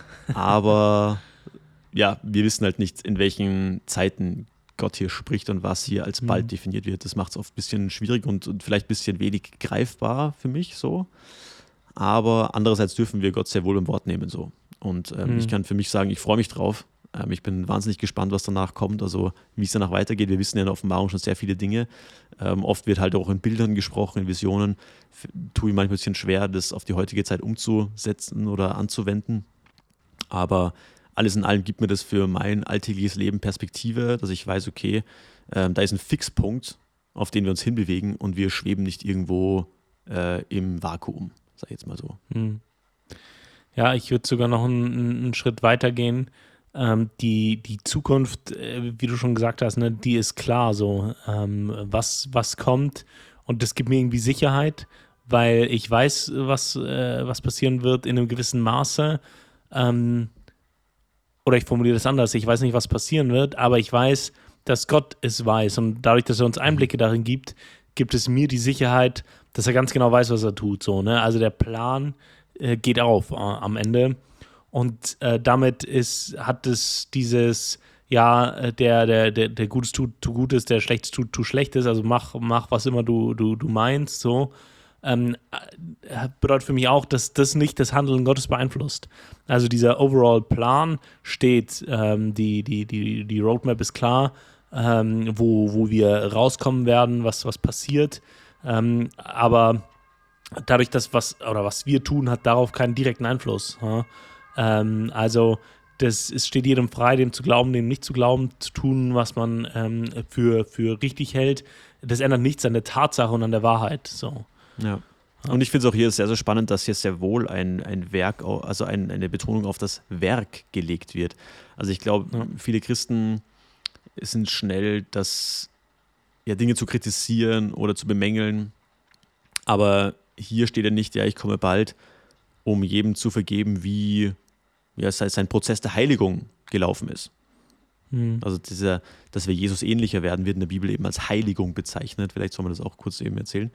aber ja, wir wissen halt nicht, in welchen Zeiten Gott hier spricht und was hier als bald mhm. definiert wird, das macht es oft ein bisschen schwierig und, und vielleicht ein bisschen wenig greifbar für mich so. Aber andererseits dürfen wir Gott sehr wohl im Wort nehmen. So. Und ähm, mhm. ich kann für mich sagen, ich freue mich drauf. Ähm, ich bin wahnsinnig gespannt, was danach kommt, also wie es danach weitergeht. Wir wissen ja in der Offenbarung schon sehr viele Dinge. Ähm, oft wird halt auch in Bildern gesprochen, in Visionen. F- tue ich manchmal ein bisschen schwer, das auf die heutige Zeit umzusetzen oder anzuwenden. Aber alles in allem gibt mir das für mein alltägliches Leben Perspektive, dass ich weiß, okay, ähm, da ist ein Fixpunkt, auf den wir uns hinbewegen und wir schweben nicht irgendwo äh, im Vakuum. Sag ich jetzt mal so. Ja, ich würde sogar noch einen, einen Schritt weiter gehen. Ähm, die, die Zukunft, äh, wie du schon gesagt hast, ne, die ist klar so, ähm, was, was kommt und das gibt mir irgendwie Sicherheit, weil ich weiß, was, äh, was passieren wird in einem gewissen Maße. Ähm, oder ich formuliere das anders, ich weiß nicht, was passieren wird, aber ich weiß, dass Gott es weiß und dadurch, dass er uns Einblicke darin gibt, gibt es mir die Sicherheit, dass er ganz genau weiß, was er tut. So, ne? Also der Plan äh, geht auf äh, am Ende und äh, damit ist, hat es dieses, ja, der, der, der, der Gutes tut, tu Gutes, der Schlechtes tut, tu Schlechtes, also mach, mach was immer du, du, du meinst, so, ähm, bedeutet für mich auch, dass das nicht das Handeln Gottes beeinflusst. Also dieser Overall-Plan steht, ähm, die, die, die, die Roadmap ist klar, ähm, wo, wo wir rauskommen werden, was, was passiert. Ähm, aber dadurch, dass was oder was wir tun, hat darauf keinen direkten Einfluss. Ja? Ähm, also das, es steht jedem frei, dem zu glauben, dem nicht zu glauben, zu tun, was man ähm, für, für richtig hält. Das ändert nichts an der Tatsache und an der Wahrheit. So. Ja. Und ich finde es auch hier sehr, sehr spannend, dass hier sehr wohl ein, ein Werk, also ein, eine Betonung auf das Werk gelegt wird. Also ich glaube, ja. viele Christen sind schnell, das ja, Dinge zu kritisieren oder zu bemängeln. Aber hier steht ja nicht, ja, ich komme bald, um jedem zu vergeben, wie ja, sein Prozess der Heiligung gelaufen ist. Mhm. Also dieser, dass wir Jesus ähnlicher werden, wird in der Bibel eben als Heiligung bezeichnet. Vielleicht soll man das auch kurz eben erzählen.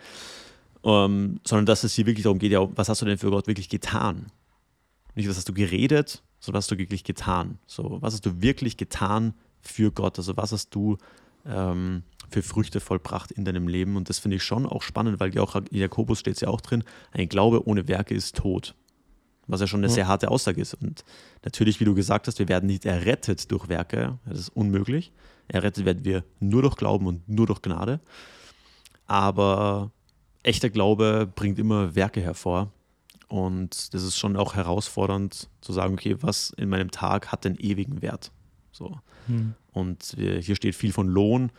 Um, sondern dass es hier wirklich darum geht, ja, was hast du denn für Gott wirklich getan? Nicht, was hast du geredet, sondern was hast du wirklich getan. So, was hast du wirklich getan für Gott? Also was hast du ähm, für Früchte vollbracht in deinem Leben? Und das finde ich schon auch spannend, weil ja auch in Jakobus steht es ja auch drin, ein Glaube ohne Werke ist tot. was ja schon eine Ja. sehr harte Aussage ist. Und natürlich, wie du gesagt hast, wir werden nicht errettet durch Werke, das ist unmöglich. Errettet werden wir nur durch Glauben und nur durch Gnade. Aber echter Glaube bringt immer Werke hervor. Und das ist schon auch herausfordernd zu sagen, okay, was in meinem Tag hat den ewigen Wert? So. Hm. Und wir, hier steht viel von Lohn.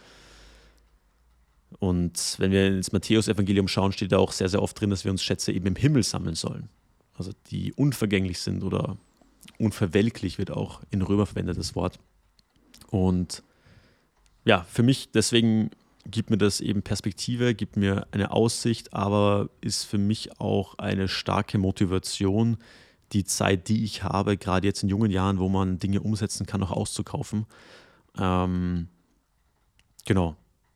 Und wenn wir ins Matthäus-Evangelium schauen, steht da auch sehr, sehr oft drin, dass wir uns Schätze eben im Himmel sammeln sollen. Also die unvergänglich sind oder unverwelklich wird auch in Römer verwendet, das Wort. Und ja, für mich deswegen gibt mir das eben Perspektive, gibt mir eine Aussicht, aber ist für mich auch eine starke Motivation, die Zeit, die ich habe, gerade jetzt in jungen Jahren, wo man Dinge umsetzen kann, auch auszukaufen. Ähm, genau.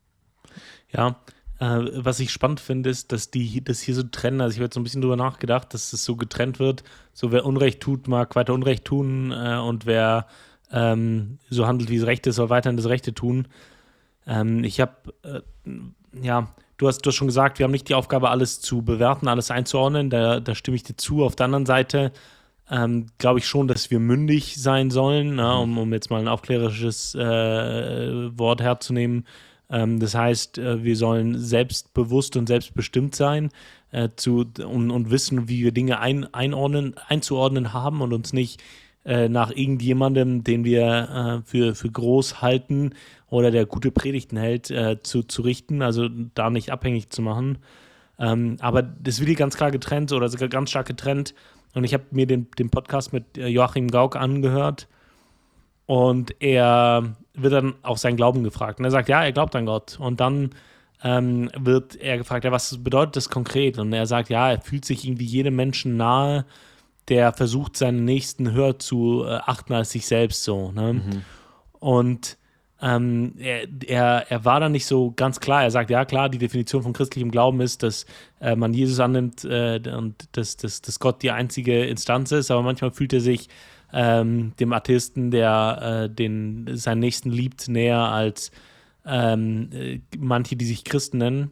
Ja, äh, was ich spannend finde, ist, dass die das hier so trennen. Also ich habe jetzt so ein bisschen drüber nachgedacht, dass es so getrennt wird. So wer Unrecht tut, mag weiter Unrecht tun äh, und wer ähm, so handelt, wie es Recht ist, soll weiterhin das Rechte tun. Ähm, ich habe, äh, ja, du hast, du hast schon gesagt, wir haben nicht die Aufgabe, alles zu bewerten, alles einzuordnen. Da, da stimme ich dir zu. Auf der anderen Seite ähm, glaube ich schon, dass wir mündig sein sollen, na, um, um jetzt mal ein aufklärerisches äh, Wort herzunehmen. Ähm, das heißt, äh, wir sollen selbstbewusst und selbstbestimmt sein äh, zu, und, und wissen, wie wir Dinge ein, einordnen, einzuordnen haben und uns nicht äh, nach irgendjemandem, den wir äh, für, für groß halten oder der gute Predigten hält, äh, zu, zu richten, also da nicht abhängig zu machen. Ähm, aber das wird hier ganz klar getrennt oder sogar ganz stark getrennt. Und ich habe mir den, den Podcast mit Joachim Gauck angehört und er wird dann auf seinen Glauben gefragt. Und er sagt, ja, er glaubt an Gott. Und dann ähm, wird er gefragt, ja, was bedeutet das konkret? Und er sagt, ja, er fühlt sich irgendwie jedem Menschen nahe, der versucht, seinen Nächsten höher zu äh, achten als sich selbst so. Ne? Mhm. Und ähm, er, er, er war dann nicht so ganz klar. Er sagt, ja klar, die Definition von christlichem Glauben ist, dass äh, man Jesus annimmt äh, und dass, dass, dass Gott die einzige Instanz ist, aber manchmal fühlt er sich ähm, dem Atheisten, der äh, den, seinen Nächsten liebt, näher als ähm, äh, manche, die sich Christen nennen.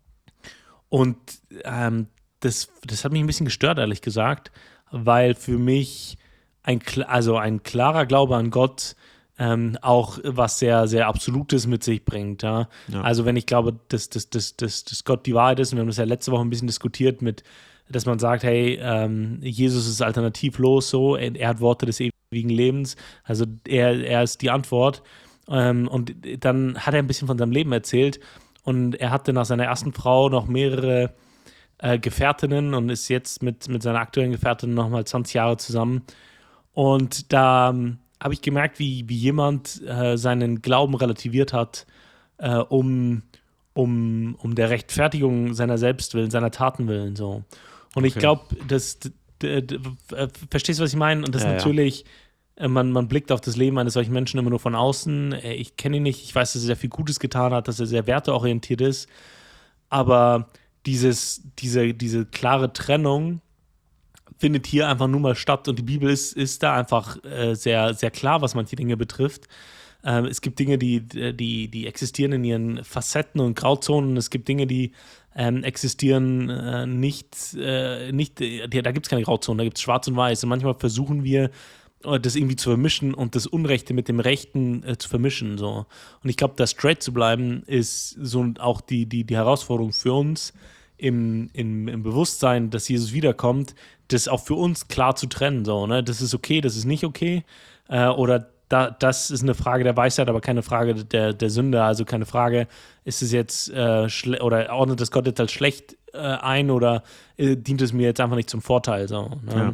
Und ähm, das, das hat mich ein bisschen gestört, ehrlich gesagt, weil für mich ein, also ein klarer Glaube an Gott Ähm, auch was sehr, sehr Absolutes mit sich bringt. Ja? Ja. Also wenn ich glaube, dass, dass, dass, dass, dass Gott die Wahrheit ist, und wir haben das ja letzte Woche ein bisschen diskutiert mit, dass man sagt, hey, ähm, Jesus ist alternativlos so, er, er hat Worte des ewigen Lebens, also er, er ist die Antwort. Ähm, und dann hat er ein bisschen von seinem Leben erzählt und er hatte nach seiner ersten Frau noch mehrere äh, Gefährtinnen und ist jetzt mit, mit seiner aktuellen Gefährtin nochmal zwanzig Jahre zusammen. Und da habe ich gemerkt, wie, wie jemand äh, seinen Glauben relativiert hat, äh, um, um, um der Rechtfertigung seiner selbst willen, seiner Taten willen. So. Und okay. Ich glaube, das, d- d- d- verstehst du, was ich meine? Und das Ja, ist natürlich, ja. äh, man, man blickt auf das Leben eines solchen Menschen immer nur von außen. Äh, ich kenne ihn nicht, ich weiß, dass er sehr viel Gutes getan hat, dass er sehr werteorientiert ist. Aber dieses, diese, diese klare Trennung findet hier einfach nur mal statt und die Bibel ist, ist da einfach äh, sehr, sehr klar, was manche Dinge betrifft. Ähm, es gibt Dinge, die, die, die existieren in ihren Facetten und Grauzonen. Es gibt Dinge, die ähm, existieren äh, nicht, äh, nicht die, da gibt es keine Grauzonen, da gibt es schwarz und weiß. Und manchmal versuchen wir, das irgendwie zu vermischen und das Unrechte mit dem Rechten äh, zu vermischen. So. Und ich glaube, da straight zu bleiben, ist so auch die, die, die Herausforderung für uns, Im, im, im Bewusstsein, dass Jesus wiederkommt, das auch für uns klar zu trennen. So, ne? Das ist okay, das ist nicht okay. Äh, oder da, das ist eine Frage der Weisheit, aber keine Frage der, der Sünde. Also keine Frage, ist es jetzt äh, schle- oder ordnet das Gott jetzt als schlecht äh, ein oder äh, dient es mir jetzt einfach nicht zum Vorteil? So, ne? Ja.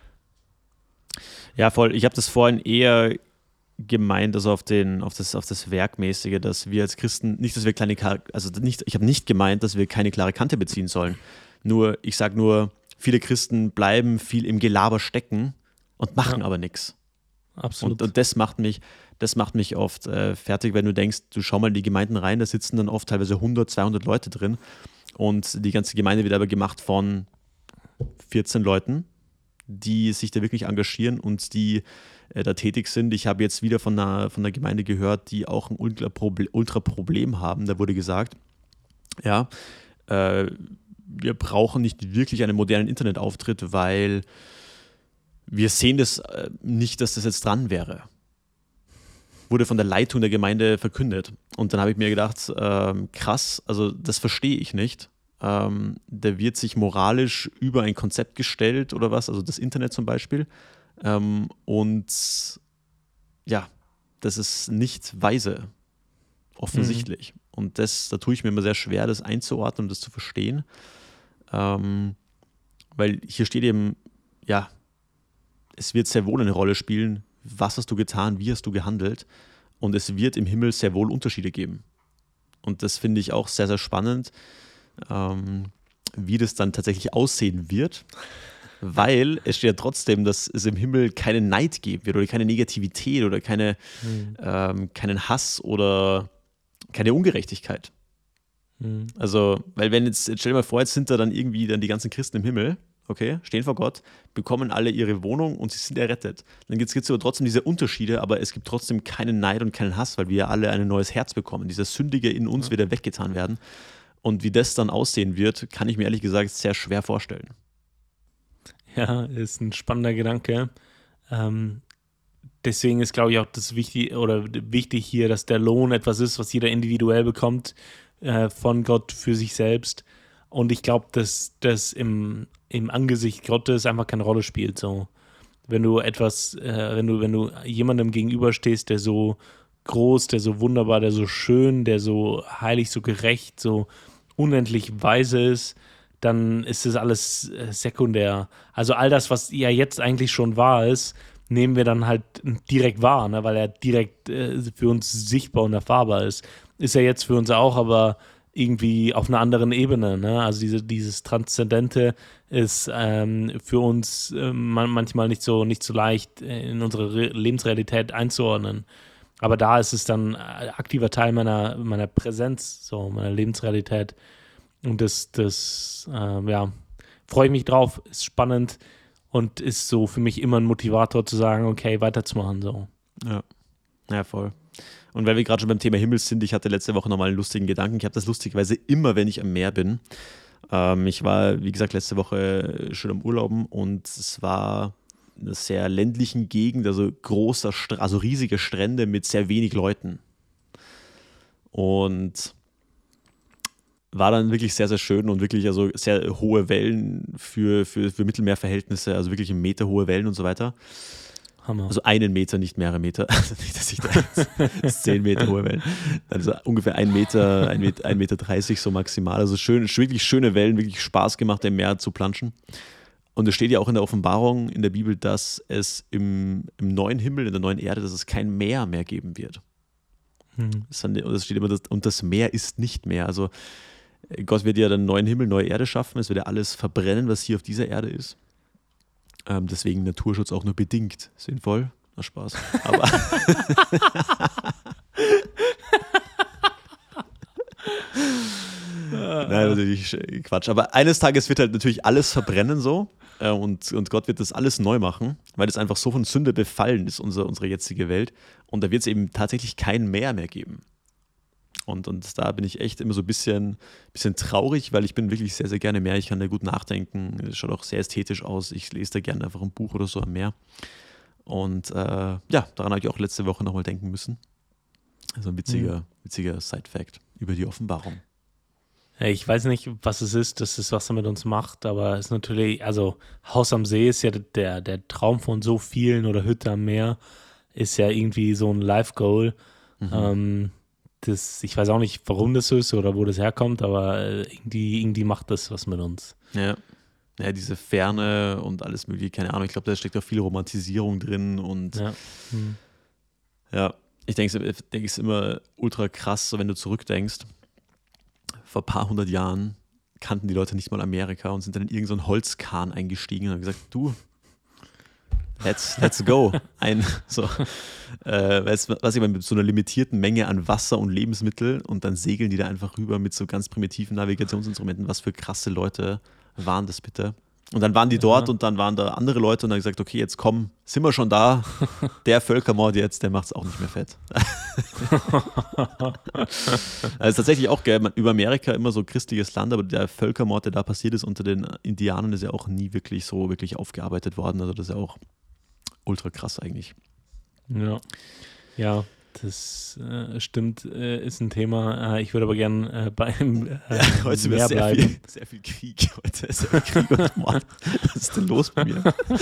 Ja, voll. Ich habe das vorhin eher gemeint, also auf, den, auf, das, auf das Werkmäßige, dass wir als Christen, nicht, dass wir kleine, also nicht, ich habe nicht gemeint, dass wir keine klare Kante beziehen sollen. Nur, ich sage nur, viele Christen bleiben viel im Gelaber stecken und machen ja. aber nichts. Absolut. Und, und das macht mich, das macht mich oft äh, fertig, wenn du denkst, du schau mal in die Gemeinden rein, da sitzen dann oft teilweise hundert, zweihundert Leute drin und die ganze Gemeinde wird aber gemacht von vierzehn Leuten, die sich da wirklich engagieren und die äh, da tätig sind. Ich habe jetzt wieder von einer, von einer Gemeinde gehört, die auch ein Ultra-Problem Ultra haben. Da wurde gesagt, ja, äh, wir brauchen nicht wirklich einen modernen Internetauftritt, weil wir sehen das äh, nicht, dass das jetzt dran wäre. Wurde von der Leitung der Gemeinde verkündet. Und dann habe ich mir gedacht, ähm, krass, also das verstehe ich nicht. Ähm, da wird sich moralisch über ein Konzept gestellt oder was, also das Internet zum Beispiel. Ähm, und ja, das ist nicht weise, offensichtlich. Mhm. Und das, da tue ich mir immer sehr schwer, das einzuordnen und das zu verstehen. Ähm, weil hier steht eben, ja, es wird sehr wohl eine Rolle spielen, was hast du getan, wie hast du gehandelt, und es wird im Himmel sehr wohl Unterschiede geben. Und das finde ich auch sehr, sehr spannend, ähm, wie das dann tatsächlich aussehen wird, weil es steht ja trotzdem, dass es im Himmel keinen Neid geben wird oder keine Negativität oder keine, mhm. ähm, keinen Hass oder keine Ungerechtigkeit. Mhm. Also, weil wenn jetzt, jetzt stell dir mal vor, jetzt sind da dann irgendwie dann die ganzen Christen im Himmel, okay, stehen vor Gott, bekommen alle ihre Wohnung und sie sind errettet. Dann gibt es aber trotzdem diese Unterschiede, aber es gibt trotzdem keinen Neid und keinen Hass, weil wir alle ein neues Herz bekommen. Dieser Sündige in uns ja. wird weggetan werden. Und wie das dann aussehen wird, kann ich mir ehrlich gesagt sehr schwer vorstellen. Ja, ist ein spannender Gedanke. Ähm, deswegen ist, glaube ich, auch das wichtig oder wichtig hier, dass der Lohn etwas ist, was jeder individuell bekommt äh, von Gott für sich selbst. Und ich glaube, dass das im, im Angesicht Gottes einfach keine Rolle spielt. So, wenn du etwas, äh, wenn du, wenn du jemandem gegenüberstehst, der so groß, der so wunderbar, der so schön, der so heilig, so gerecht, so unendlich weise ist, dann ist das alles äh, sekundär. Also all das, was ja jetzt eigentlich schon wahr ist, nehmen wir dann halt direkt wahr, ne? Weil er direkt äh, für uns sichtbar und erfahrbar ist. Ist er jetzt für uns auch, aber irgendwie auf einer anderen Ebene. Ne? Also diese, dieses Transzendente ist ähm, für uns äh, man, manchmal nicht so, nicht so leicht in unsere Re- Lebensrealität einzuordnen. Aber da ist es dann aktiver Teil meiner, meiner Präsenz, so meiner Lebensrealität. Und das, das äh, ja, freue ich mich drauf, ist spannend und ist so für mich immer ein Motivator zu sagen, okay, weiterzumachen. So. Ja, ja, voll. Und weil wir gerade schon beim Thema Himmel sind, ich hatte letzte Woche nochmal einen lustigen Gedanken. Ich habe das lustigerweise immer, wenn ich am Meer bin. Ähm, ich war, wie gesagt, letzte Woche schon am Urlauben und es war in einer sehr ländlichen Gegend, also großer, also riesige Strände mit sehr wenig Leuten. Und war dann wirklich sehr, sehr schön und wirklich also sehr hohe Wellen für, für, für Mittelmeerverhältnisse, also wirklich Meter hohe Wellen und so weiter. Hammer. Also einen Meter, nicht mehrere Meter. Also nicht, dass ich da jetzt zehn Meter hohe Wellen. Also ungefähr ein Meter, ein Meter, ein Meter dreißig so maximal. Also schön, wirklich schöne Wellen, wirklich Spaß gemacht, im Meer zu planschen. Und es steht ja auch in der Offenbarung in der Bibel, dass es im, im neuen Himmel, in der neuen Erde, dass es kein Meer mehr geben wird. Hm. Das steht immer, und das Meer ist nicht mehr. Also Gott wird ja dann neuen Himmel, neue Erde schaffen. Es wird ja alles verbrennen, was hier auf dieser Erde ist. Ähm, deswegen Naturschutz auch nur bedingt sinnvoll. Na, Spaß. Aber Nein, natürlich Quatsch. Aber eines Tages wird halt natürlich alles verbrennen so äh, und, und Gott wird das alles neu machen, weil es einfach so von Sünde befallen ist, unsere, unsere jetzige Welt. Und da wird es eben tatsächlich kein Meer mehr geben. Und, und da bin ich echt immer so ein bisschen, bisschen traurig, weil ich bin wirklich sehr, sehr gerne im Meer. Ich kann da gut nachdenken. Es schaut auch sehr ästhetisch aus. Ich lese da gerne einfach ein Buch oder so am Meer. Und äh, ja, daran habe ich auch letzte Woche nochmal denken müssen. Also ein witziger, mhm. witziger Side-Fact über die Offenbarung. Ich weiß nicht, was es ist, das ist, was er mit uns macht, aber es ist natürlich, also Haus am See ist ja der, der Traum von so vielen oder Hütte am Meer ist ja irgendwie so ein Life-Goal. Mhm. Ähm, Das, ich weiß auch nicht, warum das so ist oder wo das herkommt, aber irgendwie, irgendwie macht das was mit uns. Ja. Ja, diese Ferne und alles mögliche, keine Ahnung. Ich glaube, da steckt auch viel Romantisierung drin und ja, hm. ja ich denke, es denk, ist immer ultra krass, so wenn du zurückdenkst. Vor ein paar hundert Jahren kannten die Leute nicht mal Amerika und sind dann in irgendeinen so Holzkahn eingestiegen und haben gesagt, du, Let's, let's go. Ein, so, äh, was, was ich meine, mit so einer limitierten Menge an Wasser und Lebensmitteln und dann segeln die da einfach rüber mit so ganz primitiven Navigationsinstrumenten. Was für krasse Leute waren das bitte? Und dann waren die dort ja. und dann waren da andere Leute und dann gesagt, okay, jetzt komm, sind wir schon da. Der Völkermord jetzt, der macht es auch nicht mehr fett. Also tatsächlich auch, gell, über Amerika immer so christliches Land, aber der Völkermord, der da passiert ist unter den Indianern, ist ja auch nie wirklich so wirklich aufgearbeitet worden. Also das ist ja auch ultra krass eigentlich. Ja, ja, das äh, stimmt, äh, ist ein Thema. Äh, ich würde aber gern äh, beim äh, Ja, heute Meer wird sehr bleiben. viel, sehr viel Krieg. Heute ist sehr viel Krieg und Mord. Was ist denn los bei mir?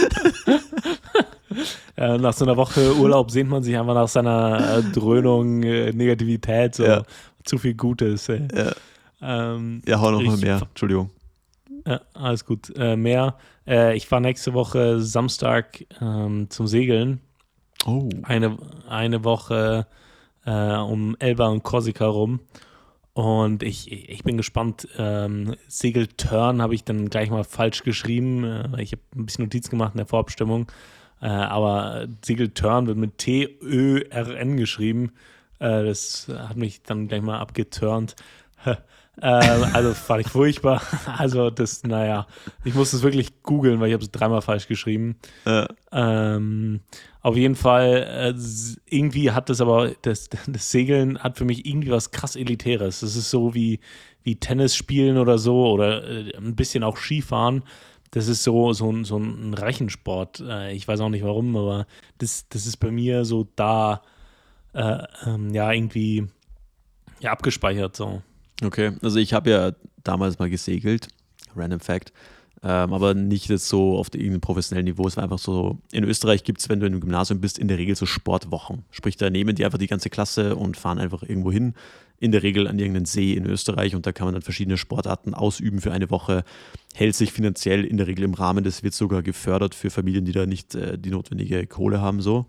Äh, nach so einer Woche Urlaub sehnt man sich einfach nach seiner äh, Dröhnung, äh, Negativität, so Ja. zu viel Gutes. Ey. Ja, Ähm, ja hau noch mal ich- mehr. Entschuldigung. Ja, alles gut. Äh, mehr. Äh, ich fahre nächste Woche Samstag ähm, zum Segeln. Oh. Eine, eine Woche äh, um Elba und Korsika rum. Und ich, ich bin gespannt. Ähm, Segeltörn habe ich dann gleich mal falsch geschrieben. Äh, ich habe ein bisschen Notiz gemacht in der Vorabstimmung. Äh, aber Segeltörn wird mit T Ö R N geschrieben. Äh, das hat mich dann gleich mal abgeturnt. ähm, also fand ich furchtbar. Also das, naja, ich musste es wirklich googeln, weil ich habe es dreimal falsch geschrieben. Äh, Ähm, auf jeden Fall, äh, s- irgendwie hat das aber, das, das Segeln hat für mich irgendwie was krass Elitäres. Das ist so wie, wie Tennis spielen oder so oder äh, ein bisschen auch Skifahren. Das ist so, so, ein, so ein Rechensport. Äh, ich weiß auch nicht warum, aber das, das ist bei mir so da, äh, ähm, ja, irgendwie ja, abgespeichert so. okay, also ich habe ja damals mal gesegelt, random Fact, ähm, aber nicht jetzt so auf irgendeinem professionellen Niveau. Es war einfach so, in Österreich gibt es, wenn du im Gymnasium bist, in der Regel so Sportwochen. Sprich, da nehmen die einfach die ganze Klasse und fahren einfach irgendwo hin, in der Regel an irgendeinen See in Österreich und da kann man dann verschiedene Sportarten ausüben für eine Woche, hält sich finanziell in der Regel im Rahmen, das wird sogar gefördert für Familien, die da nicht äh, die notwendige Kohle haben, so.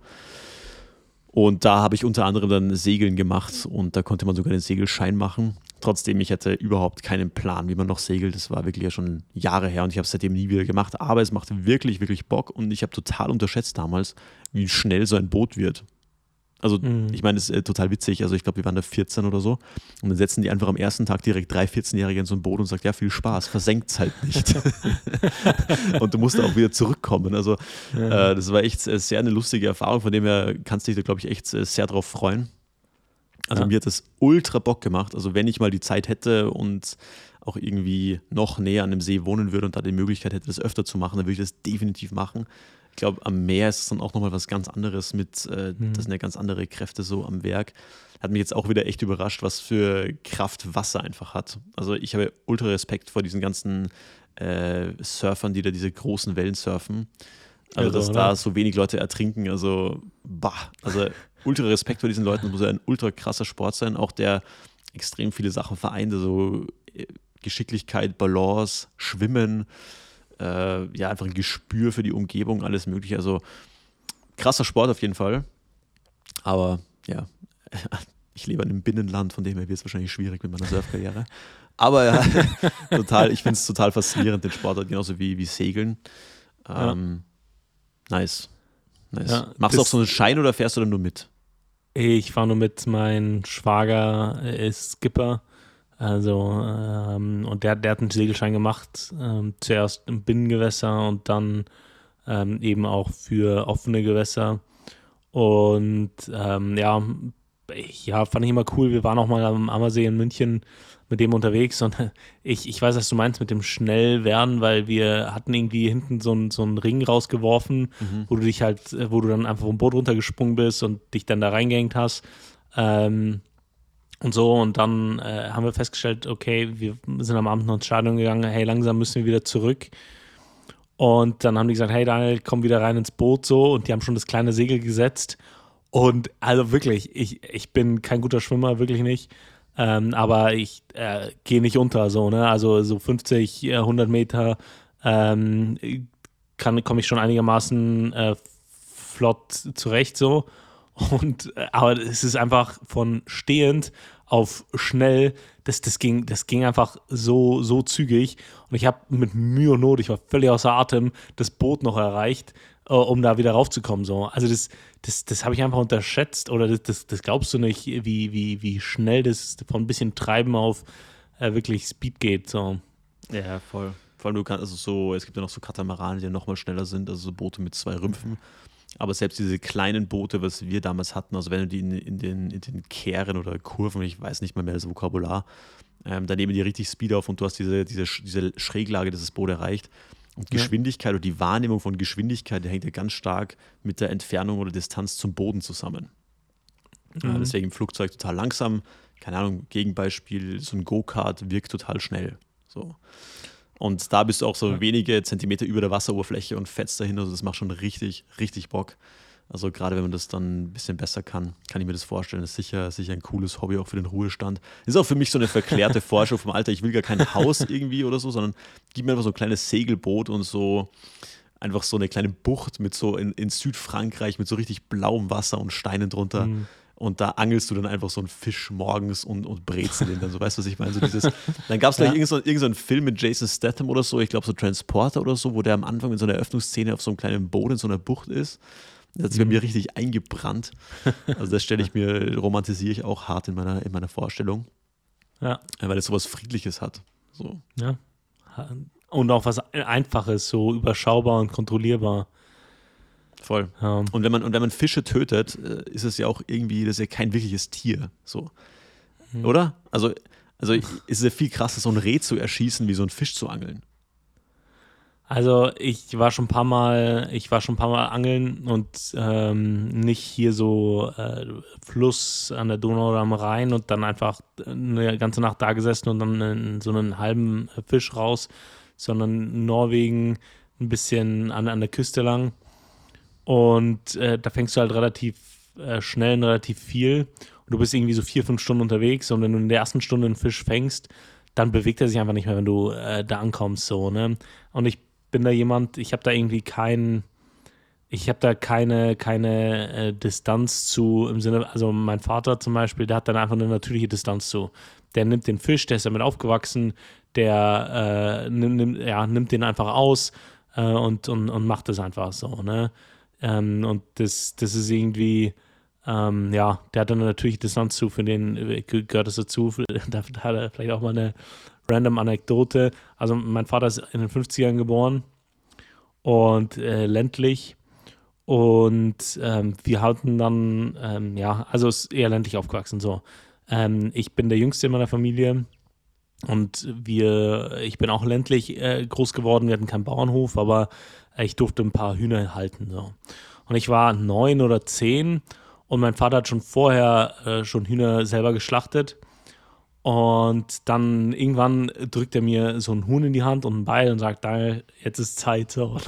Und da habe ich unter anderem dann Segeln gemacht und da konnte man sogar den Segelschein machen. Trotzdem, ich hatte überhaupt keinen Plan, wie man noch segelt. Das war wirklich ja schon Jahre her und ich habe es seitdem nie wieder gemacht. Aber es macht wirklich, wirklich Bock und ich habe total unterschätzt damals, wie schnell so ein Boot wird. Also Mhm. ich meine, das ist äh, total witzig. Also ich glaube, wir waren da vierzehn oder so und dann setzen die einfach am ersten Tag direkt drei vierzehn-Jährige in so ein Boot und sagt, ja, viel Spaß, versenkt es halt nicht. Und du musst auch wieder zurückkommen. Also Ja. äh, das war echt äh, sehr eine lustige Erfahrung, von dem her kannst du dich da, glaube ich, echt äh, sehr drauf freuen. Also Ja. mir hat das ultra Bock gemacht. Also wenn ich mal die Zeit hätte und auch irgendwie noch näher an dem See wohnen würde und da die Möglichkeit hätte, das öfter zu machen, dann würde ich das definitiv machen. Ich glaube, am Meer ist es dann auch nochmal was ganz anderes mit, äh, Mhm. das sind ja ganz andere Kräfte so am Werk. Hat mich jetzt auch wieder echt überrascht, was für Kraft Wasser einfach hat. Also ich habe ultra Respekt vor diesen ganzen äh, Surfern, die da diese großen Wellen surfen. Also, Irre, dass oder? da so wenig Leute ertrinken, also, bah, also ultra Respekt vor diesen Leuten. Das muss ja ein ultra krasser Sport sein, auch der extrem viele Sachen vereint, also äh, Geschicklichkeit, Balance, Schwimmen, äh, ja, einfach ein Gespür für die Umgebung, alles Mögliche. Also krasser Sport auf jeden Fall. Aber ja, ich lebe in einem Binnenland, von dem her wird es wahrscheinlich schwierig mit meiner Surfkarriere. Aber ja, total, ich finde es total faszinierend, den Sport, genauso wie, wie Segeln. Ähm, Nice. Nice. Ja, Machst du auch das- so einen Schein oder fährst du dann nur mit? Ich fahre nur mit, mein Schwager ist Skipper. Also, ähm, und der, der hat einen Segelschein gemacht. Ähm, zuerst im Binnengewässer und dann ähm, eben auch für offene Gewässer. Und ähm, ja, ich, ja, fand ich immer cool. Wir waren auch mal am Ammersee in München mit dem unterwegs und ich, ich weiß, was du meinst mit dem Schnellwerden, weil wir hatten irgendwie hinten so einen so einen Ring rausgeworfen, Mhm. wo du dich halt, äh, wo du dann einfach vom Boot runtergesprungen bist und dich dann da reingehängt hast. Ähm, und so, und dann äh, haben wir festgestellt, okay, wir sind am Abend noch ins Stadion gegangen, hey, langsam müssen wir wieder zurück. Und dann haben die gesagt, hey Daniel, komm wieder rein ins Boot so, und die haben schon das kleine Segel gesetzt. Und also wirklich, ich, ich bin kein guter Schwimmer, wirklich nicht. Ähm, aber ich äh, gehe nicht unter, so, ne? Also so fünfzig, äh, hundert Meter ähm, kann, komme ich schon einigermaßen äh, flott zurecht, so. Und, äh, aber es ist einfach von stehend auf schnell, das, das, ging, das ging einfach so, so zügig. Und ich habe mit Mühe und Not, ich war völlig außer Atem, das Boot noch erreicht, äh, um da wieder raufzukommen. So. Also das, das, das habe ich einfach unterschätzt, oder das, das, das glaubst du nicht, wie, wie, wie schnell das von ein bisschen Treiben auf äh, wirklich Speed geht. So. Ja, voll. Vor allem, du kannst, also so, es gibt ja noch so Katamarane, die ja nochmal schneller sind, also so Boote mit zwei Rümpfen. Aber selbst diese kleinen Boote, was wir damals hatten, also wenn du die in, in, den, in den Kehren oder Kurven, ich weiß nicht mal mehr das Vokabular, ähm, da nehmen die richtig Speed auf und du hast diese, diese, diese Schräglage, das das Boot erreicht. Und Ja. Geschwindigkeit oder die Wahrnehmung von Geschwindigkeit, die hängt ja ganz stark mit der Entfernung oder Distanz zum Boden zusammen. Ja, Mhm. deswegen im Flugzeug total langsam. Keine Ahnung, Gegenbeispiel, so ein Go-Kart wirkt total schnell. So. Und da bist du auch so Ja. wenige Zentimeter über der Wasseroberfläche und fetzt dahin. Also das macht schon richtig, richtig Bock. Also gerade wenn man das dann ein bisschen besser kann, kann ich mir das vorstellen. Das ist sicher, sicher ein cooles Hobby auch für den Ruhestand. Ist auch für mich so eine verklärte Vorstellung vom Alter. Ich will gar kein Haus irgendwie oder so, sondern gib mir einfach so ein kleines Segelboot und so einfach so eine kleine Bucht mit so in, in Südfrankreich mit so richtig blauem Wasser und Steinen drunter. Mhm. Und da angelst du dann einfach so einen Fisch morgens und, und brätst den dann so, weißt du, was ich meine? So dieses, dann gab es gleich Ja. irgendeinen so, irgend so einen Film mit Jason Statham oder so, ich glaube so Transporter oder so, wo der am Anfang in so einer Eröffnungsszene auf so einem kleinen Boot in so einer Bucht ist. Das hat sich bei Mhm. mir richtig eingebrannt. Also das stelle ich mir, romantisiere ich auch hart in meiner, in meiner Vorstellung, Ja. weil es sowas Friedliches hat. So. Ja. Und auch was Einfaches, so überschaubar und kontrollierbar. Voll. Ja. Und wenn man, und wenn man Fische tötet, äh, ist es ja auch irgendwie, das ist ja kein wirkliches Tier. So. Mhm. Oder? Also, also ist es ja viel krasser, so ein Reh zu erschießen, wie so ein Fisch zu angeln. Also ich war schon ein paar Mal, ich war schon ein paar Mal angeln und ähm, nicht hier so äh, Fluss an der Donau oder am Rhein und dann einfach eine ganze Nacht da gesessen und dann einen, so einen halben Fisch raus, sondern in Norwegen ein bisschen an, an der Küste lang. Und äh, da fängst du halt relativ äh, schnell und relativ viel. Und du bist irgendwie so vier, fünf Stunden unterwegs und wenn du in der ersten Stunde einen Fisch fängst, dann bewegt er sich einfach nicht mehr, wenn du äh, da ankommst. So, ne? Und ich bin da jemand, ich habe da irgendwie kein, ich habe da keine, keine äh, Distanz zu, im Sinne, also mein Vater zum Beispiel, der hat dann einfach eine natürliche Distanz zu. Der nimmt den Fisch, der ist damit aufgewachsen, der äh, nimmt, nimmt, ja, nimmt den einfach aus äh, und, und, und macht das einfach so, ne? Ähm, und das, das ist irgendwie, ähm, ja, der hat dann eine natürliche Distanz zu, für den äh, gehört das dazu, da hat er vielleicht auch mal eine random Anekdote. Also mein Vater ist in den fünfzigern geboren und äh, ländlich und ähm, wir hatten dann, ähm, ja, also ist eher ländlich aufgewachsen so. Ähm, ich bin der Jüngste in meiner Familie und wir, ich bin auch ländlich äh, groß geworden, wir hatten keinen Bauernhof, aber äh, ich durfte ein paar Hühner halten so. Und ich war neun oder zehn und mein Vater hat schon vorher äh, schon Hühner selber geschlachtet. Und dann irgendwann drückt er mir so einen Huhn in die Hand und einen Beil und sagt, Daniel, jetzt ist Zeit. So.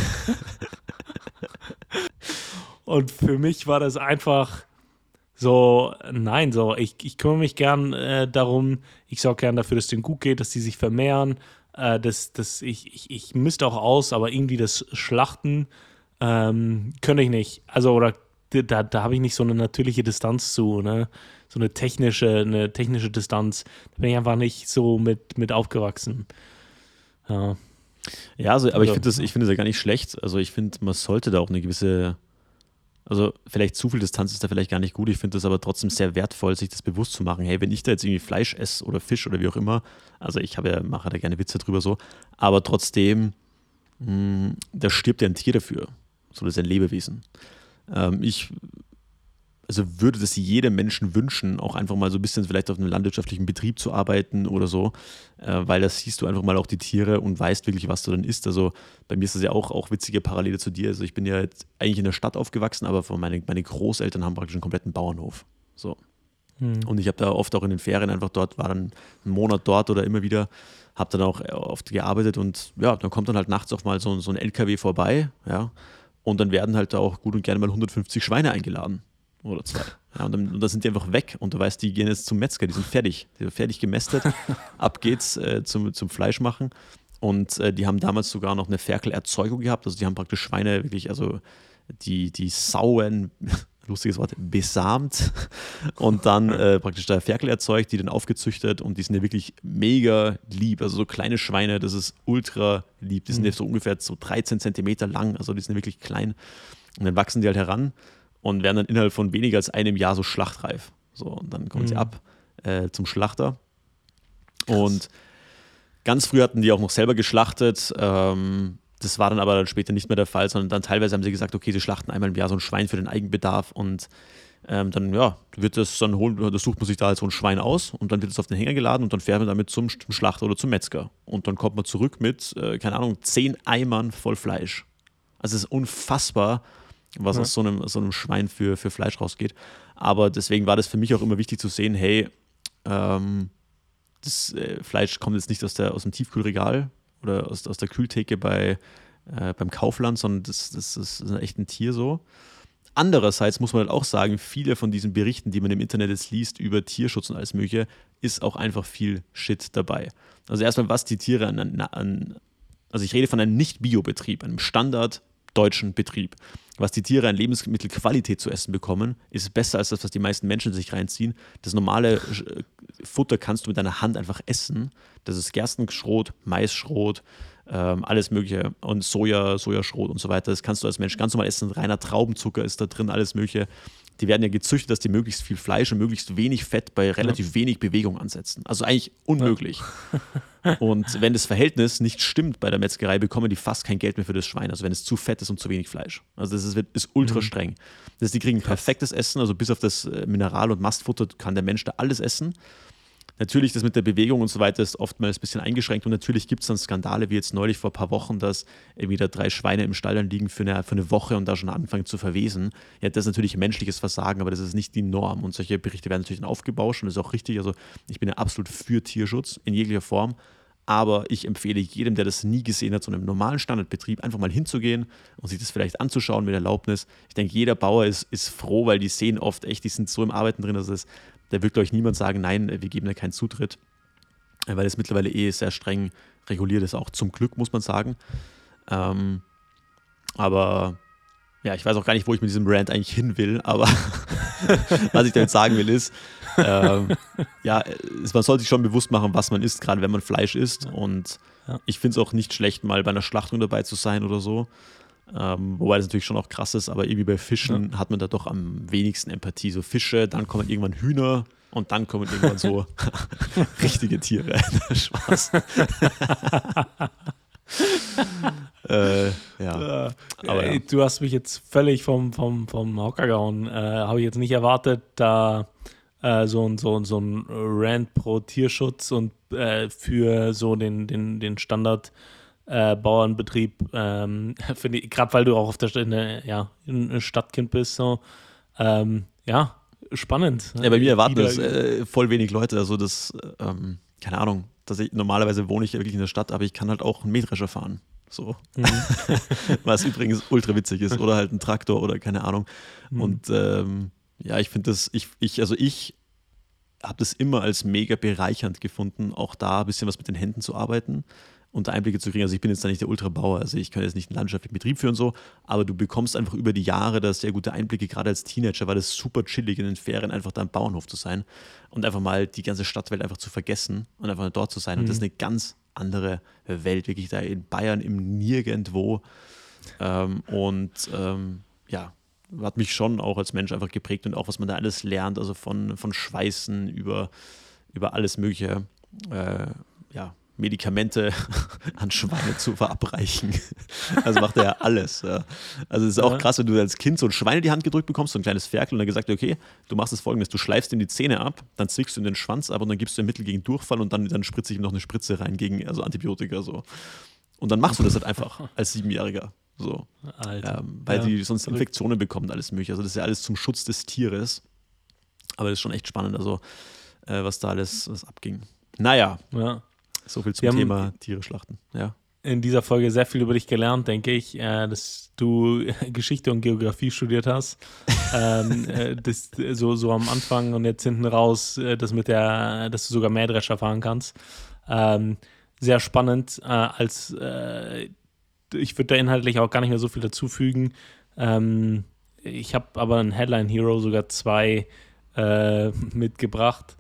Und für mich war das einfach so, nein, so, ich, ich kümmere mich gern äh, darum, ich sorge gern dafür, dass es denen gut geht, dass die sich vermehren. Äh, das, das, ich, ich, ich misste auch aus, aber irgendwie das Schlachten ähm, könnte ich nicht. Also, oder da, da habe ich nicht so eine natürliche Distanz zu, ne? So eine technische, eine technische Distanz. Da bin ich einfach nicht so mit, mit aufgewachsen. Ja. Ja, also, aber ich Also, finde das, ich finde das ja gar nicht schlecht. Also ich finde, man sollte da auch eine gewisse, also vielleicht zu viel Distanz ist da vielleicht gar nicht gut. Ich finde das aber trotzdem sehr wertvoll, sich das bewusst zu machen. Hey, wenn ich da jetzt irgendwie Fleisch esse oder Fisch oder wie auch immer, also ich habe ja, mache da gerne Witze drüber so, aber trotzdem, mh, da stirbt ja ein Tier dafür. So, das ist ein Lebewesen. Ähm, ich also würde das jedem Menschen wünschen, auch einfach mal so ein bisschen vielleicht auf einem landwirtschaftlichen Betrieb zu arbeiten oder so, äh, weil da siehst du einfach mal auch die Tiere und weißt wirklich, was du dann isst. Also bei mir ist das ja auch, auch witzige Parallele zu dir. Also ich bin ja jetzt eigentlich in der Stadt aufgewachsen, aber von meine, meine Großeltern haben praktisch einen kompletten Bauernhof. So. hm. Und ich habe da oft auch in den Ferien einfach dort, war dann einen Monat dort oder immer wieder, habe dann auch oft gearbeitet und ja, dann kommt dann halt nachts auch mal so, so ein L K W vorbei, ja, und dann werden halt da auch gut und gerne mal hundertfünfzig Schweine eingeladen. Oder zwei. Ja, und, dann, und dann sind die einfach weg und du weißt, die gehen jetzt zum Metzger, die sind fertig. Die sind fertig gemästet. Ab geht's äh, zum, zum Fleisch machen. Und äh, die haben damals sogar noch eine Ferkelerzeugung gehabt. Also die haben praktisch Schweine wirklich, also die, die Sauen, lustiges Wort, besamt und dann äh, praktisch da Ferkel erzeugt, die dann aufgezüchtet und die sind ja wirklich mega lieb. Also so kleine Schweine, das ist ultra lieb. Die sind Mhm. ja so ungefähr so dreizehn Zentimeter lang, also die sind wirklich klein. Und dann wachsen die halt heran und werden dann innerhalb von weniger als einem Jahr so schlachtreif. So, und dann kommen sie Mhm. ab äh, zum Schlachter. Und ganz früh hatten die auch noch selber geschlachtet. Ähm, das war dann aber dann später nicht mehr der Fall, sondern dann teilweise haben sie gesagt, okay, sie schlachten einmal im Jahr so ein Schwein für den Eigenbedarf. Und ähm, dann ja, wird das, dann holen, das sucht man sich da halt so ein Schwein aus und dann wird es auf den Hänger geladen und dann fährt man damit zum, zum Schlachter oder zum Metzger. Und dann kommt man zurück mit, äh, keine Ahnung, zehn Eimern voll Fleisch. Also es ist unfassbar, was Ja. aus so einem, so einem Schwein für, für Fleisch rausgeht. Aber deswegen war das für mich auch immer wichtig zu sehen, hey, ähm, das äh, Fleisch kommt jetzt nicht aus, der, aus dem Tiefkühlregal oder aus, aus der Kühltheke bei, äh, beim Kaufland, sondern das, das, das ist echt ein Tier so. Andererseits muss man halt auch sagen, viele von diesen Berichten, die man im Internet jetzt liest über Tierschutz und alles Mögliche, ist auch einfach viel Shit dabei. Also erstmal, was die Tiere an, an also ich rede von einem Nicht-Bio-Betrieb, einem standarddeutschen Betrieb. Was die Tiere an Lebensmittelqualität zu essen bekommen, ist besser als das, was die meisten Menschen sich reinziehen. Das normale Futter kannst du mit deiner Hand einfach essen. Das ist Gerstenschrot, Maisschrot, ähm, alles Mögliche und Soja, Sojaschrot und so weiter. Das kannst du als Mensch ganz normal essen. Reiner Traubenzucker ist da drin, alles Mögliche. Die werden ja gezüchtet, dass die möglichst viel Fleisch und möglichst wenig Fett bei relativ ja. wenig Bewegung ansetzen. Also eigentlich unmöglich. Ja. Und wenn das Verhältnis nicht stimmt bei der Metzgerei, bekommen die fast kein Geld mehr für das Schwein. Also wenn es zu fett ist und zu wenig Fleisch. Also das ist, ist ultra mhm. streng. Das heißt, die kriegen perfektes Essen, also bis auf das Mineral- und Mastfutter kann der Mensch da alles essen. Natürlich, das mit der Bewegung und so weiter ist oftmals ein bisschen eingeschränkt und natürlich gibt es dann Skandale, wie jetzt neulich vor ein paar Wochen, dass irgendwie da drei Schweine im Stall dann liegen für eine, für eine Woche und da schon anfangen zu verwesen. Ja, das ist natürlich menschliches Versagen, aber das ist nicht die Norm und solche Berichte werden natürlich dann aufgebauscht und das ist auch richtig. Also ich bin ja absolut für Tierschutz in jeglicher Form, aber ich empfehle jedem, der das nie gesehen hat, so einem normalen Standardbetrieb einfach mal hinzugehen und sich das vielleicht anzuschauen mit Erlaubnis. Ich denke, jeder Bauer ist, ist froh, weil die sehen oft echt, die sind so im Arbeiten drin, dass es da wird, glaube ich, niemand sagen, nein, wir geben da keinen Zutritt, weil es mittlerweile eh sehr streng reguliert ist, auch zum Glück, muss man sagen. Ähm, aber ja, ich weiß auch gar nicht, wo ich mit diesem Rant eigentlich hin will, aber was ich damit sagen will ist, ähm, ja, es, man sollte sich schon bewusst machen, was man isst, gerade wenn man Fleisch isst und ja. ich finde es auch nicht schlecht, mal bei einer Schlachtung dabei zu sein oder so. Ähm, wobei das natürlich schon auch krass ist, aber irgendwie bei Fischen ja. hat man da doch am wenigsten Empathie. So Fische, dann kommen irgendwann Hühner und dann kommen irgendwann so richtige Tiere. Spaß. äh, ja. Äh, aber ja. Du hast mich jetzt völlig vom, vom, vom Hocker gehauen. Äh, Habe ich jetzt nicht erwartet, da äh, so ein so, so ein Rant pro Tierschutz und äh, für so den, den, den Standard Äh, Bauernbetrieb, ähm, finde ich, gerade weil du auch auf der Stadt, ne, ja, ein Stadtkind bist, so, ähm, ja, spannend. Ja, bei mir erwarten das äh, voll wenig Leute, also das, ähm, keine Ahnung, dass ich, normalerweise wohne ich ja wirklich in der Stadt, aber ich kann halt auch einen Mähdrescher fahren, so, mhm. was übrigens ultra witzig ist, oder halt ein Traktor oder keine Ahnung mhm. und ähm, ja, ich finde das, ich, ich, also ich habe das immer als mega bereichernd gefunden, auch da ein bisschen was mit den Händen zu arbeiten und Einblicke zu kriegen. Also ich bin jetzt da nicht der Ultrabauer, also ich kann jetzt nicht einen landschaftlichen Betrieb führen so, aber du bekommst einfach über die Jahre da sehr gute Einblicke. Gerade als Teenager war das super chillig in den Ferien, einfach da am Bauernhof zu sein und einfach mal die ganze Stadtwelt einfach zu vergessen und einfach dort zu sein. Mhm. Und das ist eine ganz andere Welt, wirklich da in Bayern im Nirgendwo. Ähm, und ähm, ja, hat mich schon auch als Mensch einfach geprägt und auch, was man da alles lernt, also von, von Schweißen über, über alles Mögliche, äh, ja, Medikamente an Schweine zu verabreichen. Also macht er ja alles. Ja. Also es ist auch ja. krass, wenn du als Kind so ein Schwein in die Hand gedrückt bekommst, so ein kleines Ferkel und dann gesagt, okay, du machst das Folgendes, du schleifst ihm die Zähne ab, dann zwickst du ihm den Schwanz ab und dann gibst du ein Mittel gegen Durchfall und dann, dann spritze ich ihm noch eine Spritze rein gegen also Antibiotika. So. Und dann machst du das halt einfach als Siebenjähriger. So. Ähm, weil ja, die sonst Infektionen bekommen, alles mögliche. Also das ist ja alles zum Schutz des Tieres. Aber das ist schon echt spannend, also äh, was da alles was abging. Naja. Ja. So viel zum Thema Tiere schlachten, ja. In dieser Folge sehr viel über dich gelernt, denke ich, äh, dass du Geschichte und Geografie studiert hast. ähm, äh, das, so, so am Anfang und jetzt hinten raus, äh, das mit der, dass du sogar Mähdrescher fahren kannst. Ähm, sehr spannend. Äh, als äh, ich würde da inhaltlich auch gar nicht mehr so viel dazufügen. Ähm, ich habe aber ein Headline Hero, sogar zwei äh, mitgebracht.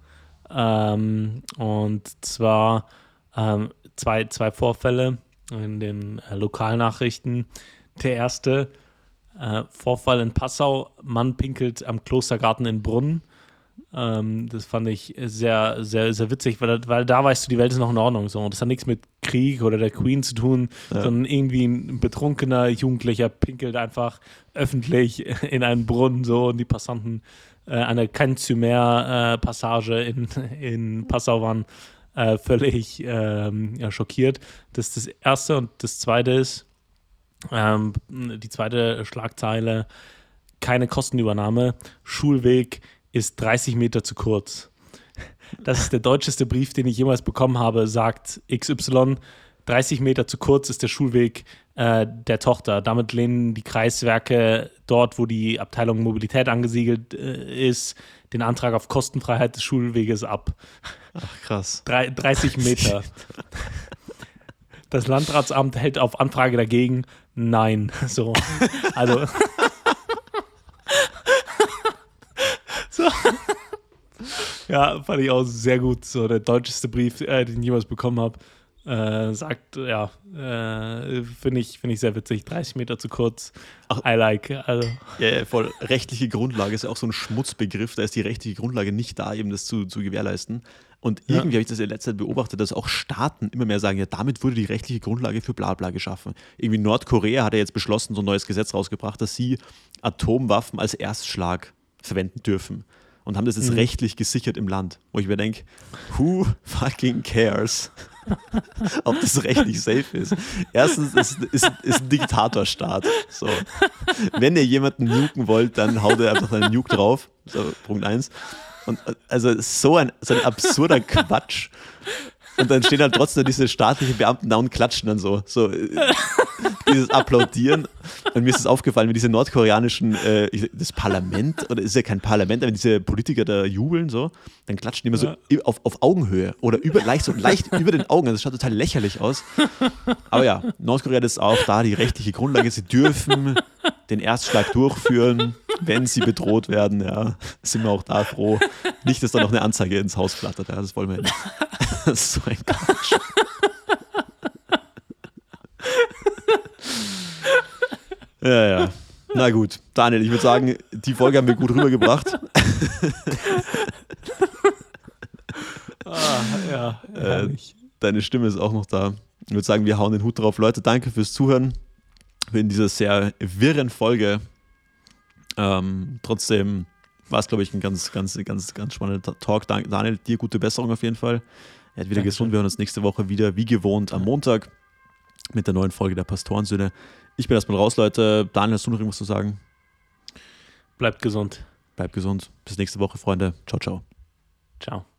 Ähm, und zwar Ähm, zwei, zwei Vorfälle in den äh, Lokalnachrichten. Der erste, äh, Vorfall in Passau, Mann pinkelt am Klostergarten in Brunnen. Ähm, das fand ich sehr, sehr, sehr witzig, weil, weil da weißt du, die Welt ist noch in Ordnung. So. Und das hat nichts mit Krieg oder der Queen zu tun, ja. sondern irgendwie ein betrunkener Jugendlicher pinkelt einfach öffentlich in einen Brunnen so und die Passanten äh, an der Cannes-sur-Mer-Passage in, in Passau waren äh, völlig ähm, ja, schockiert. Das ist das Erste. Und das Zweite ist, ähm, die zweite Schlagzeile, keine Kostenübernahme, Schulweg ist dreißig Meter zu kurz. Das ist der deutscheste Brief, den ich jemals bekommen habe, sagt X Y, dreißig Meter zu kurz ist der Schulweg äh, der Tochter. Damit lehnen die Kreiswerke dort, wo die Abteilung Mobilität angesiedelt äh, ist, den Antrag auf Kostenfreiheit des Schulweges ab. Ach, krass. Drei, dreißig Meter. Das Landratsamt hält auf Anfrage dagegen, nein. So, also so. Ja, fand ich auch sehr gut. So der deutscheste Brief, äh, den ich jemals bekommen habe, äh, sagt, ja, äh, finde ich, find ich sehr witzig. dreißig Meter zu kurz. Ach, I like. Also. Ja, ja, voll. Rechtliche Grundlage ist ja auch so ein Schmutzbegriff. Da ist die rechtliche Grundlage nicht da, eben das zu, zu gewährleisten. Und irgendwie ja. habe ich das in letzter Zeit beobachtet, dass auch Staaten immer mehr sagen, ja, damit wurde die rechtliche Grundlage für Blabla geschaffen. Irgendwie Nordkorea hat ja jetzt beschlossen, so ein neues Gesetz rausgebracht, dass sie Atomwaffen als Erstschlag verwenden dürfen. Und haben das jetzt mhm. rechtlich gesichert im Land. Wo ich mir denke, who fucking cares, ob das rechtlich safe ist? Erstens ist es ist ein Diktatorstaat. So. Wenn ihr jemanden nuken wollt, dann haut ihr einfach einen Nuke drauf. So, Punkt eins. Und also so ein, so ein absurder Quatsch. Und dann stehen halt trotzdem diese staatlichen Beamten da und klatschen dann so. so dieses Applaudieren. Und mir ist es aufgefallen, wie diese nordkoreanischen, äh, das Parlament, oder ist ja kein Parlament, aber diese Politiker da jubeln so, dann klatschen die immer so ja. auf, auf Augenhöhe oder über, leicht, so leicht über den Augen. Also das schaut total lächerlich aus. Aber ja, Nordkorea ist auch da die rechtliche Grundlage. Sie dürfen den Erstschlag durchführen, wenn sie bedroht werden. Ja, sind wir auch da froh. Nicht, dass da noch eine Anzeige ins Haus flattert. Ja, das wollen wir nicht. Das ist so ein Quatsch. Ja, ja. Na gut. Daniel, ich würde sagen, die Folge haben wir gut rübergebracht. Ah, ja, äh, deine Stimme ist auch noch da. Ich würde sagen, wir hauen den Hut drauf. Leute, danke fürs Zuhören. In dieser sehr wirren Folge. Ähm, trotzdem war es, glaube ich, ein ganz, ganz, ganz, ganz spannender Talk. Daniel, dir gute Besserung auf jeden Fall. Er hat wieder gesund. Wir hören uns nächste Woche wieder, wie gewohnt, am Montag mit der neuen Folge der Pastorensöhne. Ich bin erstmal raus, Leute. Daniel, hast du noch irgendwas zu sagen? Bleibt gesund. Bleibt gesund. Bis nächste Woche, Freunde. Ciao, ciao. Ciao.